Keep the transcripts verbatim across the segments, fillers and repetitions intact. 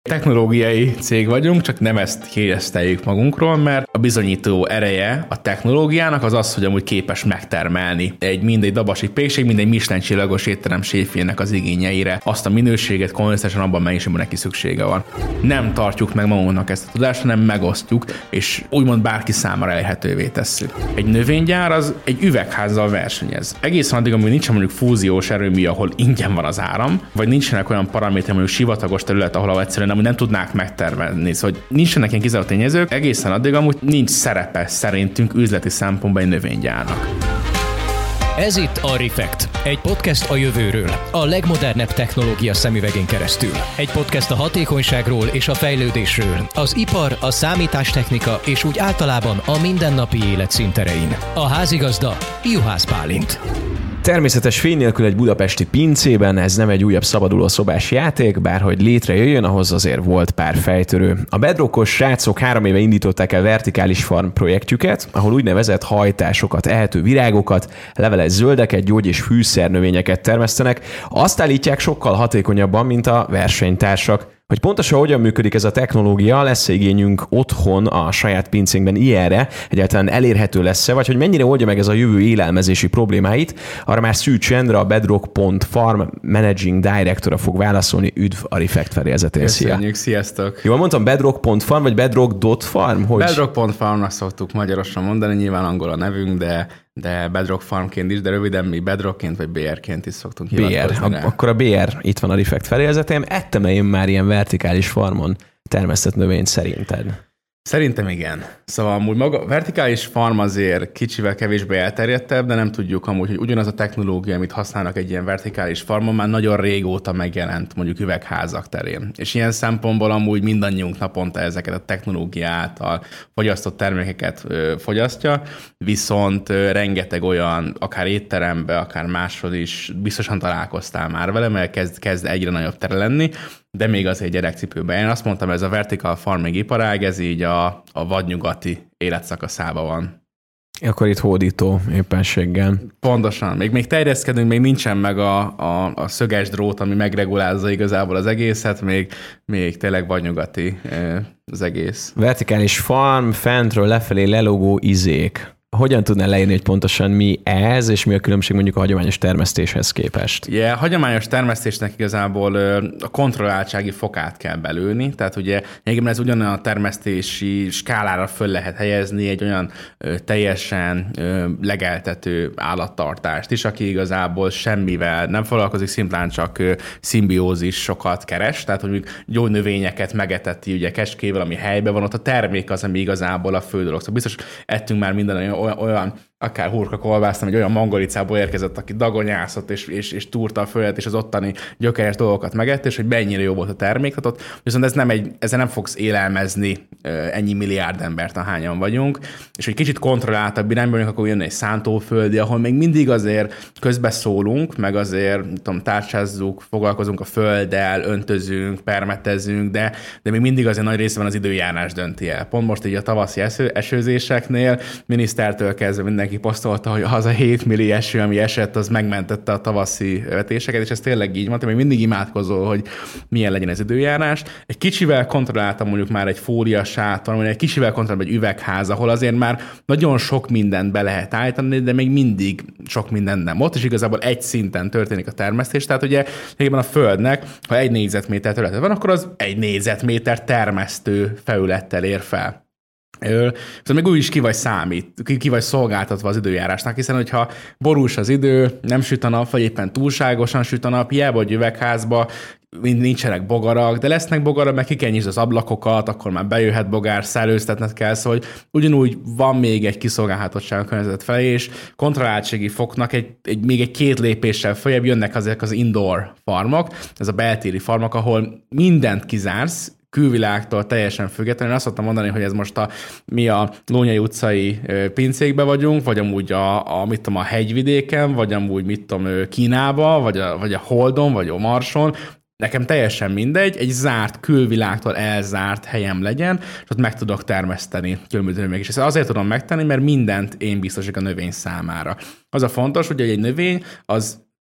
Technológiai cég vagyunk, csak nem ezt híreszteljük magunkról, mert a bizonyító ereje a technológiának az az, hogy amúgy képes megtermelni egy mindegy dabasi pékség, mindegy Michelin csillagos étterem séfjének az igényeire azt a minőséget, konzisztensen abban mennyiségben neki szüksége van. Nem tartjuk meg magunknak ezt a tudást, hanem megosztjuk, és úgymond bárki számára elérhetővé tesszük. Egy növénygyár az egy üvegházzal versenyez. Egészen addig, amíg nincsen mondjuk fúziós erőmű, ahol ingyen van az áram, vagy nincsenek olyan paraméterek, mondjuk sivatagos terület, ahol egyszerűen amúgy nem tudnák megtermelni. Szóval nincsenek ilyen kizáró tényezők, egészen addig amúgy nincs szerepe szerintünk üzleti szempontból egy növénygyárnak. Ez itt a Refekt, egy podcast a jövőről, a legmodernebb technológia szemüvegén keresztül. Egy podcast a hatékonyságról és a fejlődésről, az ipar, a számítástechnika és úgy általában a mindennapi élet színterein. A házigazda Juhász Bálint. Természetes fény nélkül egy budapesti pincében, ez nem egy újabb szabaduló szobás játék, bár hogy létrejöjjön, ahhoz azért volt pár fejtörő. A bedrockos srácok három éve indították el vertikális farm projektjüket, ahol úgynevezett hajtásokat, ehető virágokat, leveles zöldeket, gyógy- és fűszernövényeket termesztenek. Azt állítják sokkal hatékonyabban, mint a versenytársak. Hogy pontosan hogyan működik ez a technológia, lesz igényünk otthon a saját pincénkben ilyenre, egyáltalán elérhető lesz-e, vagy hogy mennyire oldja meg ez a jövő élelmezési problémáit, arra már Szűcs Endre, a bedrock pont farm Managing Directora fog válaszolni. Üdv a Refekt fedélzetén. Köszönjük, sziasztok! Jól mondtam, bedrock pont farm vagy bedrock pont farm? Hogy? bedrock pont farmnak szoktuk magyarosan mondani, nyilván angol a nevünk, de de Bedrock Farmként is, de röviden mi Bedrockként vagy bé er-ként is szoktunk hivatkozni. bé er. Akkor a bé er itt van a Refekt fedélzetén. Ettem-e én már ilyen vertikális farmon termesztett növényt szerinted? Szerintem igen. Szóval amúgy maga vertikális farm azért kicsivel kevésbé elterjedtebb, de nem tudjuk amúgy, hogy ugyanaz a technológia, amit használnak egy ilyen vertikális farmon, már nagyon régóta megjelent mondjuk üvegházak terén. És ilyen szempontból amúgy mindannyiunk naponta ezeket a technológia által fogyasztott termékeket ö, fogyasztja, viszont ö, rengeteg olyan, akár étterembe, akár máshol is biztosan találkoztál már vele, mert kezd, kezd egyre nagyobb tere lenni, de még azért gyerekcipőben. Én azt mondtam, ez a vertical farming iparág, ez így a, a vadnyugati életszakaszában van. Akkor itt hódító éppenséggel. Pontosan. Még, még terjeszkedünk, még nincsen meg a, a, a szöges drót, ami megregulázza igazából az egészet, még, még tényleg vadnyugati az egész. Vertikális farm, fentről lefelé lelógó izék. Hogyan tudnál leírni, hogy pontosan mi ez, és mi a különbség mondjuk a hagyományos termesztéshez képest? Ugye yeah, a hagyományos termesztésnek igazából a kontrolláltsági fokát kell belőni, tehát ugye egyébként ez ugyanolyan a termesztési skálára föl lehet helyezni egy olyan ö, teljesen ö, legeltető állattartást is, aki igazából semmivel nem foglalkozik, szimplán csak ö, szimbiózisokat keres, tehát hogy gyógynövényeket megeteti ugye keskével, ami helyben van, ott a termék az, ami igazából a fő dolog. Szóval biztos ettünk már minden olyan, olyan akár hurka kolbászt, egy olyan mangolicából érkezett, aki dagonyászott, és, és, és túrta a földet, és az ottani gyökeres dolgokat megett, és hogy mennyire jó volt a termék. Tehát ott, viszont ez nem egy, ezzel nem fogsz élelmezni ennyi milliárd embert, ahányan vagyunk, és hogy kicsit kontrolláltabb irányba vagyunk, akkor jönne egy szántóföldi, ahol még mindig azért közbeszólunk, meg azért, tudom, tárcsázzuk, foglalkozunk a földdel, öntözünk, permetezünk, de, de még mindig azért nagy részben az időjárás dönti el. Pont most így a tavaszi eső, esőzéseknél minisztertől kezdve mindenki posztolta, hogy az a hét milli eső, ami esett, az megmentette a tavaszi vetéseket, és ez tényleg így van, hogy mindig imádkozol, hogy milyen legyen az időjárás. Egy kicsivel kontrolláltam mondjuk már egy fóliasátor, vagy egy kicsivel kontrolláltam egy üvegház, ahol azért már nagyon sok mindent be lehet állítani, de még mindig sok minden nem. Ott is igazából egy szinten történik a termesztés, tehát ugye a földnek, ha egy négyzetméter terület van, akkor az egy négyzetméter termesztő felülettel ér fel. Szóval még úgy is ki vagy számít, ki, ki vagy szolgáltatva az időjárásnak, hiszen hogyha borús az idő, nem süt a nap, vagy éppen túlságosan süt a nap, hiába egy üvegházba, nincsenek bogarak, de lesznek bogarak, meg ki kell nyisd az ablakokat, akkor már bejöhet bogár, szellőztetned kell, szóval hogy ugyanúgy van még egy kiszolgálhatottság a környezet felé, és kontrolláltsági foknak egy, egy, még egy két lépéssel följebb jönnek ezek az indoor farmok, ez a beltéri farmok, ahol mindent kizársz, külvilágtól teljesen függetlenül. Azt szoktam mondani, hogy ez most a, mi a Lónyai utcai pincékbe vagyunk, vagy amúgy a, a, mit tudom, a hegyvidéken, vagy amúgy mit tudom, Kínába, vagy a, vagy a Holdon, vagy a Marson. Nekem teljesen mindegy, egy zárt, külvilágtól elzárt helyem legyen, és ott meg tudok termeszteni különböző növények. És ezt azért tudom megtenni, mert mindent én biztosítok a növény számára. Az a fontos, hogy egy növény az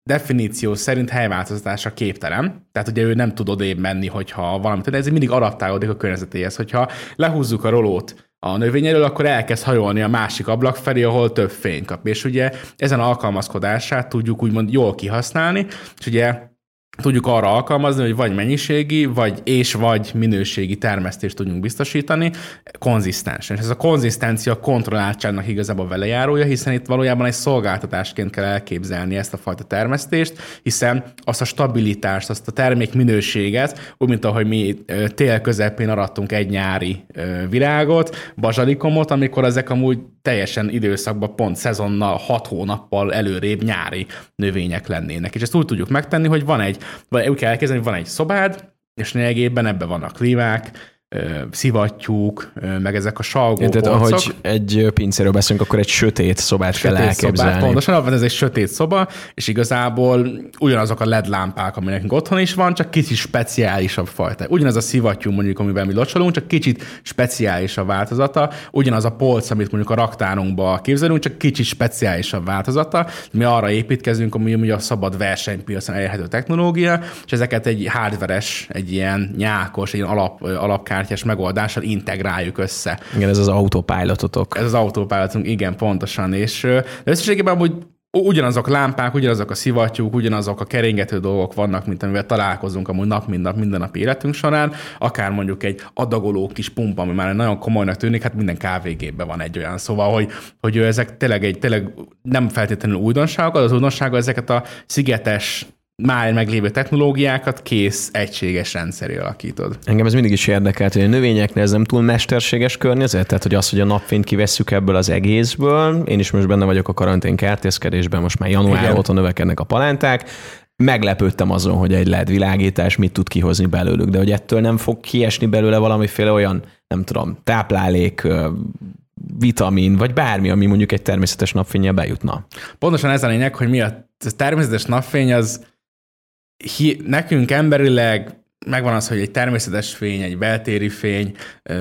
definíció szerint helyváltoztatásra képtelen, tehát ugye ő nem tud odébb menni, hogyha valamit, de ez mindig adaptálódik a környezetéhez. Hogyha lehúzzuk a rolót a növény elől, akkor elkezd hajolni a másik ablak felé, ahol több fény kap. És ugye ezen alkalmazkodását tudjuk úgymond jól kihasználni, és ugye tudjuk arra alkalmazni, hogy vagy mennyiségi, vagy és vagy minőségi termesztést tudjunk biztosítani konzisztensen. És ez a konzisztencia a kontrolláltságnak igazából velejárója, hiszen itt valójában egy szolgáltatásként kell elképzelni ezt a fajta termesztést, hiszen azt a stabilitást, azt a termék minőséget, úgy, mint ahogy mi tél közepén arattunk egy nyári virágot, bazsalikomot, amikor ezek amúgy teljesen időszakban, pont szezonnal, hat hónappal előrébb nyári növények lennének. És ezt úgy tudjuk megtenni, hogy van egy, vagy úgy kell elkezdeni, hogy van egy szobád, és lényegében ebben vannak klímák, szivattyúk, meg ezek a salgó Tehát ahogy egy pincéről beszélünk, akkor egy sötét szobát sötét kell elképzelni. Szobát, pontosan, alapvetően ez egy sötét szoba, és igazából ugyanazok a el é dé lámpák, ami nekünk otthon is van, csak kicsit speciálisabb fajta. Ugyanaz a szivattyú, mondjuk, amivel mi locsolunk, csak kicsit speciálisabb változata. Ugyanaz a polc, amit mondjuk a raktárunkba képzelünk, csak kicsit speciálisabb változata. Mi arra építkezünk, ami ugye a szabad versenypiacon elérhető technológia, és ezeket egy hardveres, egy ilyen nyákos, egy ilyen alap, alapkártyás megoldással integráljuk össze. Igen, ez az autopilototok. Ez az autopilotunk, igen, pontosan. És de összességében amúgy ugyanazok lámpák, ugyanazok a szivattyúk, ugyanazok a keringető dolgok vannak, mint amivel találkozunk amúgy nap, mint nap, minden nap életünk során. Akár mondjuk egy adagoló kis pumpa, ami már nagyon komolynak tűnik, hát minden ká vé gépben van egy olyan. Szóval, hogy, hogy ezek tényleg, egy, tényleg nem feltétlenül újdonságok, az újdonsága ezeket a szigetes, már meglévő technológiákat kész, egységes rendszeré alakítod. Engem ez mindig is érdekelt, hogy a növényeknél ez nem túl mesterséges környezet, tehát hogy az, hogy a napfényt kivesszük ebből az egészből. Én is most benne vagyok a karantén kertészkedésben, most már január óta növekednek a palánták. Meglepődtem azon, hogy egy el é dé világítás mit tud kihozni belőlük, de hogy ettől nem fog kiesni belőle valamiféle olyan, nem tudom, táplálék, vitamin, vagy bármi, ami mondjuk egy természetes napfénnyel bejutna. Pontosan ez a lényeg, hogy mi a természetes napfény az Hi, nekünk emberileg megvan az, hogy egy természetes fény, egy beltéri fény,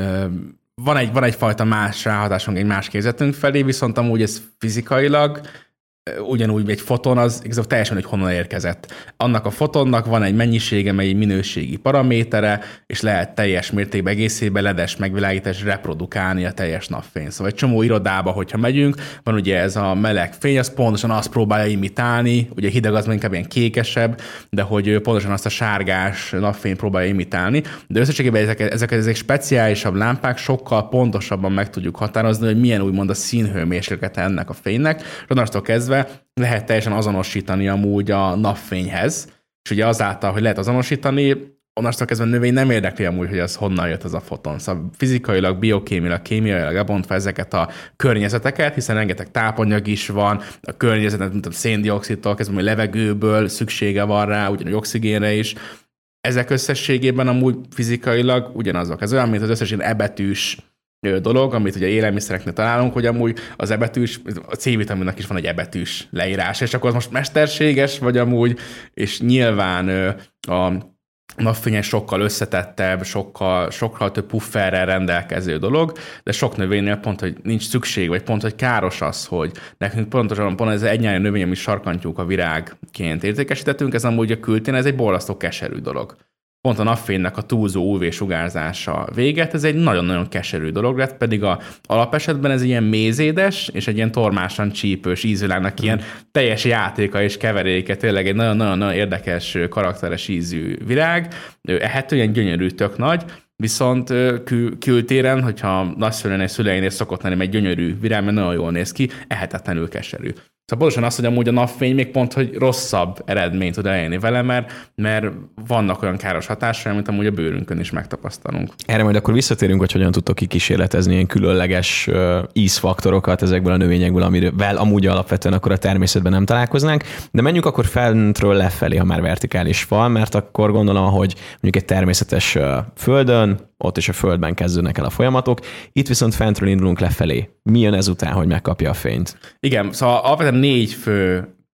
van, egy, van egyfajta más ráhatásunk, egy más képzetünk felé, viszont amúgy ez fizikailag ugyanúgy egy foton, az igazából teljesen, hogy honnan érkezett. Annak a fotonnak van egy mennyisége, egy minőségi paramétere, és lehet teljes mértékben egészében ledes megvilágítás reprodukálni a teljes napfény. Szóval egy csomó irodába, hogyha megyünk, van ugye ez a meleg fény, az pontosan azt próbálja imitálni, ugye hideg az inkább ilyen kékesebb, de hogy pontosan azt a sárgás napfényt próbálja imitálni. De összességében ezek, ezek, ezek speciálisabb lámpák, sokkal pontosabban meg tudjuk határozni, hogy milyen úgymond a színhőmérséklete ennek a fénynek, és onnantól kezdve lehet teljesen azonosítani amúgy a napfényhez, és ugye azáltal, hogy lehet azonosítani, onnantól kezdve a növény nem érdekli amúgy, hogy az honnan jött az a foton. Szóval fizikailag, biokémiailag, kémiailag lebontva ezeket a környezeteket, hiszen rengeteg tápanyag is van, a környezetet, mint a széndioxidtól kezdve, a levegőből szüksége van rá, ugyanúgy oxigénre is. Ezek összességében amúgy fizikailag ugyanazok. Ez olyan, mint az összes ilyen ebetűs dolog, amit ugye élelmiszereknél találunk, hogy amúgy az ebetűs, a C-vitaminnak is van egy ebetűs leírás, és akkor az most mesterséges, vagy amúgy, és nyilván a napfényen sokkal összetettebb, sokkal, sokkal több pufferrel rendelkező dolog, de sok növénynél pont, hogy nincs szükség, vagy pont, hogy káros az, hogy nekünk pontosan pont ez egy nyári növény, ami sarkantyúk a virágként értékesítettünk, ez amúgy a kültén, ez egy borzasztó keserű dolog. Pont a napfénynek a túlzó ú vé-sugárzása véget, ez egy nagyon-nagyon keserű dolog lett, pedig a alapesetben ez ilyen mézédes, és egy ilyen tormásan csípős ízvilágnak ilyen teljes játéka és keveréke, tényleg egy nagyon-nagyon érdekes, karakteres ízű virág, ehető, ilyen gyönyörű, tök nagy, viszont kül- kültéren, hogyha nagyszülőnél, szüleinél szokott lenni egy gyönyörű virág, mert nagyon jól néz ki, ehetetlenül keserű. Szóval pontosan az, hogy amúgy a napfény még pont, hogy rosszabb eredményt tud elérni vele, mert, mert vannak olyan káros hatásai, amit amúgy a bőrünkön is megtapasztalunk. Erre majd akkor visszatérünk, hogy hogyan tudtok kikísérletezni ilyen különleges uh, ízfaktorokat ezekből a növényekből, amivel amúgy alapvetően akkor a természetben nem találkoznánk. De menjünk akkor fentről lefelé, ha már vertikális fal, mert akkor gondolom, hogy mondjuk egy természetes uh, földön, ott is a földben kezdődnek el a folyamatok, itt viszont fentről indulunk lefelé. Mi jön ezután, hogy megkapja a fényt? Igen, szóval alapvetően négy fő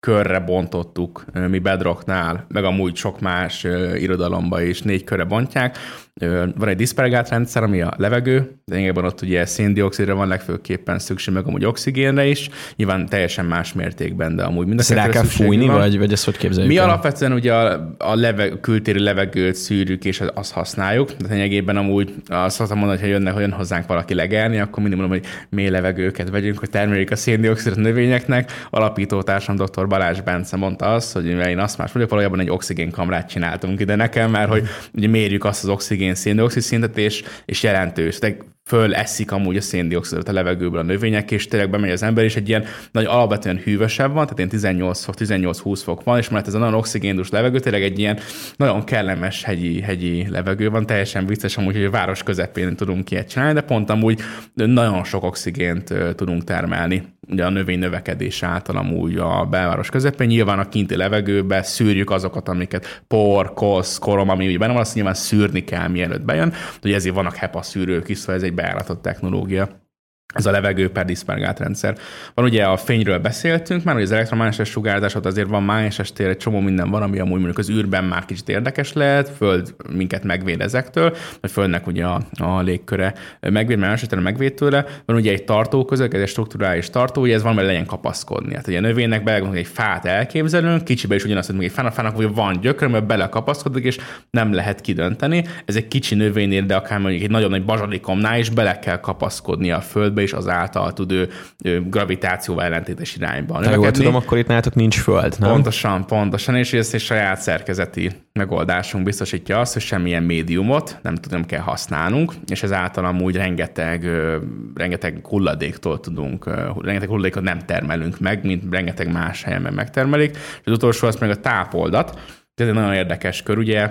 körre bontottuk mi Bedrocknál, meg amúgy sok más uh, irodalomba is négy körre bontják. Uh, van egy diszpergált rendszer, ami a levegő, de lényegében ott ugye széndioxidra van legfőképpen szükség, meg amúgy oxigénre is, nyilván teljesen más mértékben, de amúgy mind a rá kell fújni, van. vagy, vagy ezt hogy képzeljük Mi el? alapvetően ugye a, a leveg, kültéri levegőt szűrjük, és azt használjuk, de lényegében amúgy azt szoktam mondani, hogy ha jönne, hogy jön hozzánk valaki legelni, akkor mindig mondom, hogy mély levegőket vegyünk, hogy termeljük a széndioxidot növényeknek. Alapítótársam dr. Balázs Bence mondta azt, hogy én azt más vagyok, valójában egy oxigénkamrát csináltunk ide nekem, mert hogy ugye mérjük azt az oxigén széndioxid szintet, és, és jelentős. De föl eszik amúgy a széndioxidot a levegőből a növények, és tényleg bemegy az ember, és egy ilyen nagy alapvetően hűvösebb van, tehát ilyen tizennyolc fok, tizennyolc-húsz fok van, és mert ez a nagyon oxigéndus levegő, tényleg egy ilyen nagyon kellemes hegyi, hegyi levegő van, teljesen vicces amúgy, hogy a város közepén tudunk ilyet csinálni, de pont amúgy nagyon sok oxigént tudunk termelni. Ugye a növény növekedés által amúgy a belváros közepén, nyilván a kinti levegőbe szűrjük azokat, amiket por, kosz, korom, ami ugye benne van, azt nyilván szűrni kell, mielőtt bejön. Ugye ezért vannak HEPA szűrők is, szóval ez egy bejáratott technológia. Ez a levegő per diszpergált rendszer. Van ugye a fényről beszéltünk már, hogy az elektromágneses sugárzás, ott azért van mágneses tér, egy csomó minden van, ami amúgy mondjuk az űrben már kicsit érdekes lehet, Föld minket megvéd ezektől, vagy Földnek ugye a, a légköre megvéd, mert esetben megvéd tőle. Van ugye egy tartó között, ez egy strukturális tartó, ugye ez van, mert legyen kapaszkodni. Hát ugye a növénynek belegondolunk, egy fát elképzelünk, kicsibe is ugyanazt, hogy még egy fának, fának ugye van gyökör, mert belekapaszkodik, és nem lehet kidönteni. Ez egy kicsi növénynél, de akár mondjuk egy nagyon nagy bazsalikomnál is bele kell kapaszkodni a földbe, és azáltal tud ő, ő gravitációval ellentétes irányba növekedni. Ha jól tudom, akkor itt nálatok nincs föld, nem? Pontosan, pontosan, és ez egy saját szerkezeti megoldásunk biztosítja azt, hogy semmilyen médiumot nem tudom kell használnunk, és ezáltal amúgy rengeteg, rengeteg hulladéktól tudunk, rengeteg hulladékot nem termelünk meg, mint rengeteg más helyen megtermelik. És az utolsó az meg a tápoldat. Ez egy nagyon érdekes kör, ugye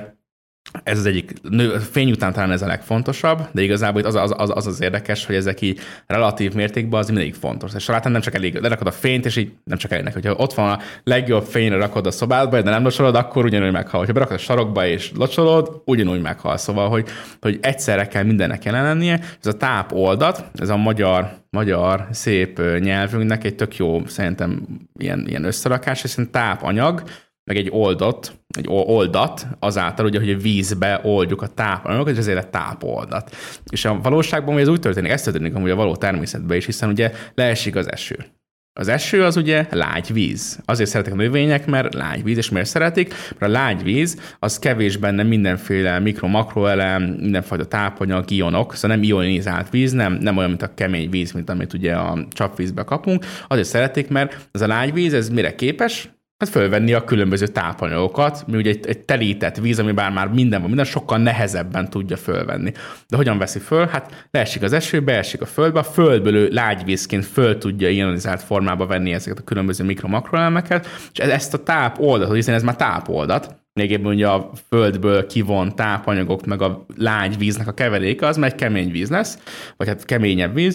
ez az egyik, fény után talán ez a legfontosabb, de igazából itt az az, az, az, az érdekes, hogy ezek így relatív mértékben az mindig fontos. És salátán nem csak elég, lerakod a fényt, és így nem csak elég neki. Hogyha ott van a legjobb fényre rakod a szobádba, de nem locsolod, akkor ugyanúgy meghal. Ha berakod a sarokba és locsolod, ugyanúgy meghal. Szóval, hogy, hogy egyszerre kell mindennek jelen lennie. Ez a tápoldat, ez a magyar, magyar szép nyelvünknek egy tök jó, szerintem ilyen, ilyen összerakás, hiszen tápanyag, meg egy oldot, egy oldat azáltal, ugye, hogy a vízbe oldjuk a tápanyagokat, és ezért a tápoldat. És a valóságban ez úgy történik, ez történik amúgy a való természetben is, hiszen ugye leesik az eső. Az eső az ugye lágy víz. Azért szeretek a növények, mert lágy víz, és miért szeretik? Mert a lágy víz, az kevés benne mindenféle mikro-makroelem, mindenfajta tápanyag, ionok, szóval nem ionizált víz, nem, nem olyan, mint a kemény víz, mint amit ugye a csapvízbe kapunk. Azért szeretik, mert az a lágy víz, ez mire képes? Hát fölvenni a különböző tápanyagokat, mi ugye egy, egy telített víz, ami bár már minden van, minden sokkal nehezebben tudja fölvenni. De hogyan veszi föl? Hát leesik az eső, beesik a földbe, a földből ő lágyvízként föl tudja ionizált formába venni ezeket a különböző mikro-makroelemeket, és ezt a tápoldatot, hiszen ez már tápoldat, lényegében ugye a földből kivont tápanyagok, meg a lágy víznek a keveréke, az már egy kemény víz lesz, vagy hát keményebb víz,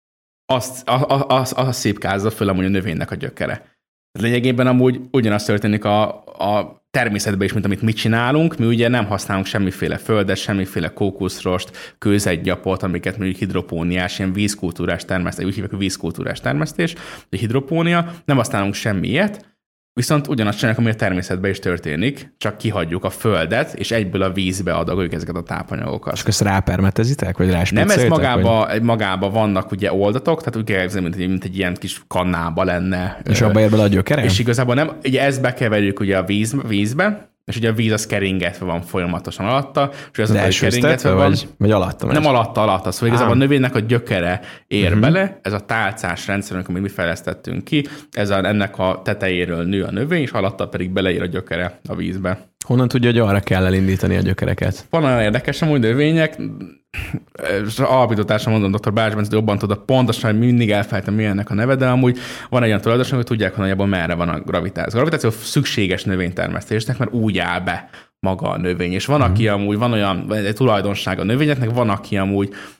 azt, azt, azt, azt szépkázza föl amúgy a növénynek a gyökere. Lényegében amúgy ugyanaz történik a, a természetben is, mint amit mi csinálunk. Mi ugye nem használunk semmiféle földet, semmiféle kókuszrost, kőzetgyapot, amiket mondjuk hidropóniás, ilyen vízkultúrás termesztés, úgy hívják, vízkultúrás termesztés, vagy hidropónia, nem használunk semmi ilyet, viszont ugyanazt csináljuk, ami a természetben is történik, csak kihagyjuk a földet, és egyből a vízbe adagoljuk ezeket a tápanyagokat. És ezt rápermetezitek, vagy ráspicceltek? Nem, ez magába, vagy? magába vannak ugye oldatok, tehát úgy kell elképzelni, mint, mint egy ilyen kis kannába lenne. És abba ér bele a gyökere? És igazából nem, ugye ezt bekeverjük ugye a víz, vízbe, és ugye a víz az keringetve van folyamatosan alatta, és az de keringetve van. Vagy, vagy alatta? Nem alatta, alatta. Szóval igazából a növénynek a gyökere ér uh-huh. bele, ez a tálcás rendszerünk, amit mi fejlesztettünk ki, ez a, ennek a tetejéről nő a növény, és alatta pedig beleér a gyökere a vízbe. Honnan tudja, hogy arra kell elindítani a gyökereket? Van olyan érdekes, amúgy növények, alapítótársam mondom, doktor Balázs Bence, jobban tudod pontosan, hogy mindig elfelejtem, mi ennek a neve, de amúgy van egy olyan tulajdonos, hogy tudják, hogy nagyjából merre van a gravitáció. A gravitáció szükséges növénytermesztésnek, mert úgy áll be maga a növény. És van, aki amúgy, van olyan egy tulajdonság a növényeknek, van, aki amúgy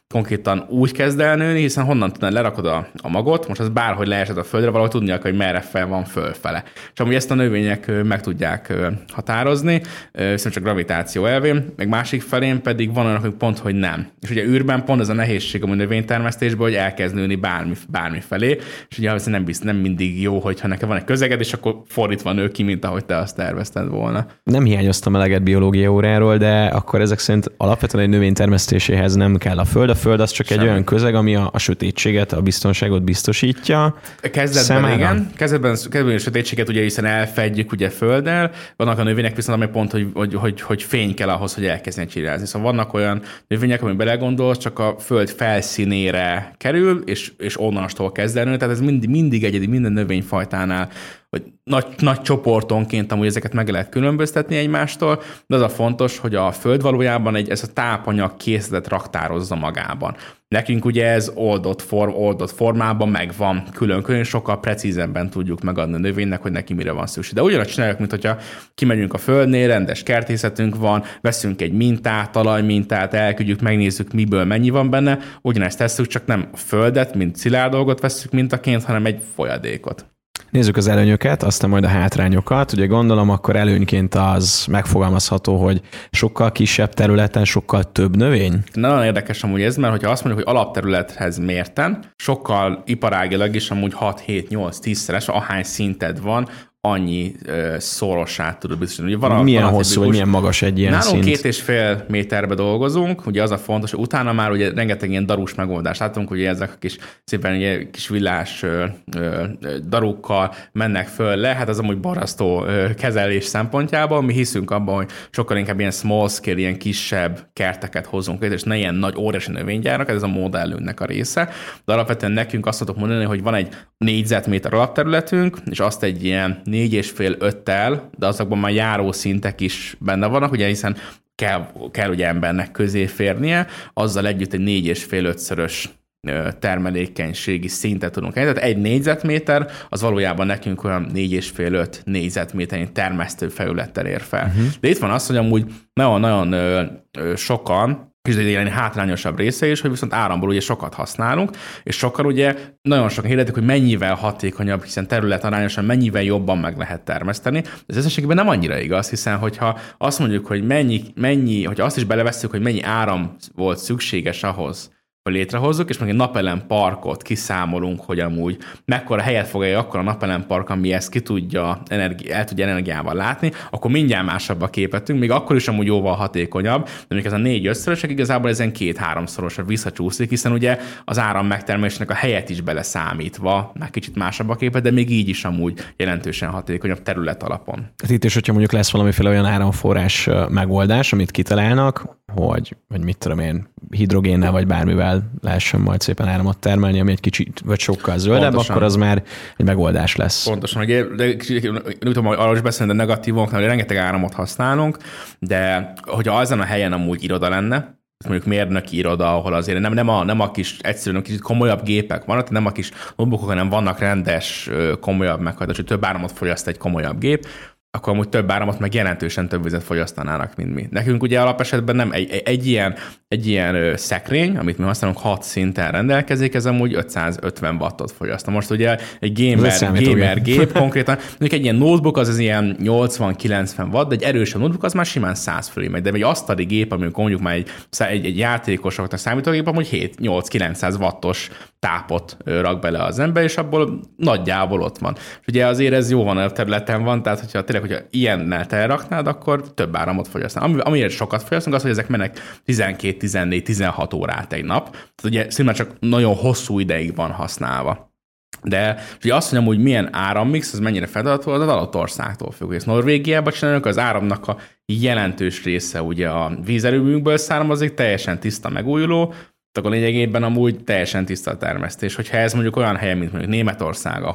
konkrétan úgy kezd el nőni, hiszen honnan tudnál, lerakod a, a magot, most az bárhogy leesed a földre, valahogy tudni akar, hogy merre fel van fölfele. És amúgy ezt a növények meg tudják határozni, viszont csak gravitáció elvén, meg másik felén pedig van olyanok, hogy pont, hogy nem. És ugye űrben pont ez a nehézség a növénytermesztésben, hogy elkezd nőni bármi, bármi felé, és ugye nem, bizt, nem mindig jó, hogyha neked van egy közeged, és akkor fordítva nő ki, mint ahogy te azt tervezted volna. Nem hiányoztam eleget biológia óráról, de akkor ezek szerint alapvetően egy növény termesztéséhez nem kell a föld. A föld az csak Semmi. egy olyan közeg, ami a, a sötétséget, a biztonságot biztosítja. Kezdetben Szemára. igen. Kezdetben, kezdetben a sötétséget ugye hiszen elfedjük ugye földdel. Vannak a növények viszont, amely pont, hogy, hogy, hogy, hogy fény kell ahhoz, hogy elkezdjen csirázni. Szóval vannak olyan növények, ami belegondolsz, csak a föld felszínére kerül, és, és onnantól kezd el nőni. Tehát ez mindig, mindig egyedi, minden növényfajtánál, hogy nagy, nagy csoportonként amúgy ezeket meg lehet különböztetni egymástól, de az a fontos, hogy a föld valójában egy, ez a tápanyag készletet raktározza magában. Nekünk ugye ez oldott, form, oldott formában megvan külön-külön, sokkal precízebben tudjuk megadni a növénynek, hogy neki mire van szükség. De ugyanazt csináljuk, mint hogyha kimegyünk a földnél, rendes kertészetünk van, veszünk egy mintát, talajmintát, elküldjük, megnézzük, miből mennyi van benne, ugyanezt tesszük, csak nem a földet, mint szilárd dolgot veszünk mintaként, hanem egy folyadékot. Nézzük az előnyöket, aztán majd a hátrányokat. Ugye gondolom, akkor előnyként az megfogalmazható, hogy sokkal kisebb területen sokkal több növény? Nagyon érdekes amúgy ez, mert hogyha azt mondjuk, hogy alapterülethez mérten, sokkal iparágilag is amúgy hat, hét, nyolc, tízszeres, ahány szinted van, annyi uh, szorosát tudod biztosítani. Ugye van a, milyen van hosszú, vagy milyen magas egy ilyen nálunk szint? két és fél méterbe dolgozunk, ugye az a fontos, hogy utána már ugye rengeteg ilyen darús megoldást látunk, ugye ezek a kis, szépen ugye, kis villás ö, ö, darukkal mennek föl le, hát az amúgy barasztó ö, kezelés szempontjából. Mi hiszünk abban, hogy sokkal inkább ilyen small scale, ilyen kisebb kerteket hozunk, és ne ilyen nagy óriási növénygyárak, ez a modellünknek a része. De alapvetően nekünk azt tudok mondani, hogy van egy négyzetméter alapterületünk, és azt egy ilyen négy és fél öttel, de azokban már járó szintek is benne vannak, ugye hiszen kell, kell ugye embernek közé férnie, azzal együtt egy négy és fél ötszörös termelékenységi szintet tudunk elni. Tehát egy négyzetméter, az valójában nekünk olyan négy és fél öt négyzetméternyi termesztő felülettel ér fel. Uh-huh. De itt van az, hogy amúgy nagyon-nagyon sokan, és egy ilyen hátrányosabb része is, hogy viszont áramból ugye sokat használunk, és sokkal ugye nagyon sokan hirdetik, hogy mennyivel hatékonyabb, hiszen területarányosan mennyivel jobban meg lehet termeszteni. Ez összességében nem annyira igaz, hiszen hogyha azt mondjuk, hogy mennyi, mennyi, hogyha azt is belevesszük, hogy mennyi áram volt szükséges ahhoz, hogy létrehozzuk, és meg egy napelem parkot kiszámolunk, hogy amúgy mekkora helyet fog el akkor a napelem park, ami ezt ki tudja, energi- el tudja energiával látni, akkor mindjárt másabb a képetünk, még akkor is amúgy jóval hatékonyabb, de mondjuk ez a négy ötszörösek igazából ezen két-háromszorosra visszacsúszik, hiszen ugye az áram megtermelésnek a helyet is beleszámítva, már kicsit másabb a képet, de még így is amúgy jelentősen hatékonyabb terület alapon. Hát itt is, hogyha mondjuk lesz valamiféle olyan áramforrás megoldás, amit kitalálnak, hogy, hogy mit tudom én, hidrogénnel vagy bármivel lehessen majd szépen áramot termelni, ami egy kicsit vagy sokkal zöldebb, pontosan. Akkor az már egy megoldás lesz. Pontosan, hogy nem tudom, hogy arról is beszélni, de negatívoknál, hogy rengeteg áramot használunk, de hogyha azon a helyen amúgy iroda lenne, mondjuk mérnöki iroda, ahol azért nem, nem, a, nem a kis egyszerűen kicsit komolyabb gépek vannak, nem a kis notebookok, hanem vannak rendes, komolyabb meghajtás, hogy több áramot fogyaszt egy komolyabb gép, akkor amúgy több áramot meg jelentősen több vizet fogyasztanának, mint mi. Nekünk ugye alapesetben nem egy, egy ilyen, egy ilyen szekrény, amit mi használunk, hat szinten rendelkezik, ez amúgy ötszázötven wattot fogyaszt. Most ugye egy gamer, gamer gép konkrétan, mondjuk egy ilyen notebook az az ilyen nyolcvan-kilencven watt, de egy erősebb notebook az már simán száz fölé megy, de egy asztali gép, amikor mondjuk már egy, egy, egy játékosoknak számítógép, amúgy hét-nyolc-kilencszáz wattos tápot rak bele az ember, és abból nagyjából ott van. És ugye azért ez jó van a területen van, tehát hogyha tényleg, hogyha ilyennel teleraknád, akkor több áramot fogyasztál. Ami, amiért sokat fogyasztunk, az, hogy ezek mennek tizenkét, tizennégy, tizenhat órát egy nap. Tehát ugye szinte csak nagyon hosszú ideig van használva. De ugye azt mondjam, hogy milyen árammix, az mennyire feladató, az adott országtól függ. És Norvégiában csináljuk, az áramnak a jelentős része ugye a vízerőműnkből származik, teljesen tiszta megújuló, akkor lényegében amúgy teljesen tiszta a termesztés. Hogyha ez mondjuk olyan helyen, mint mondjuk Németország, ahol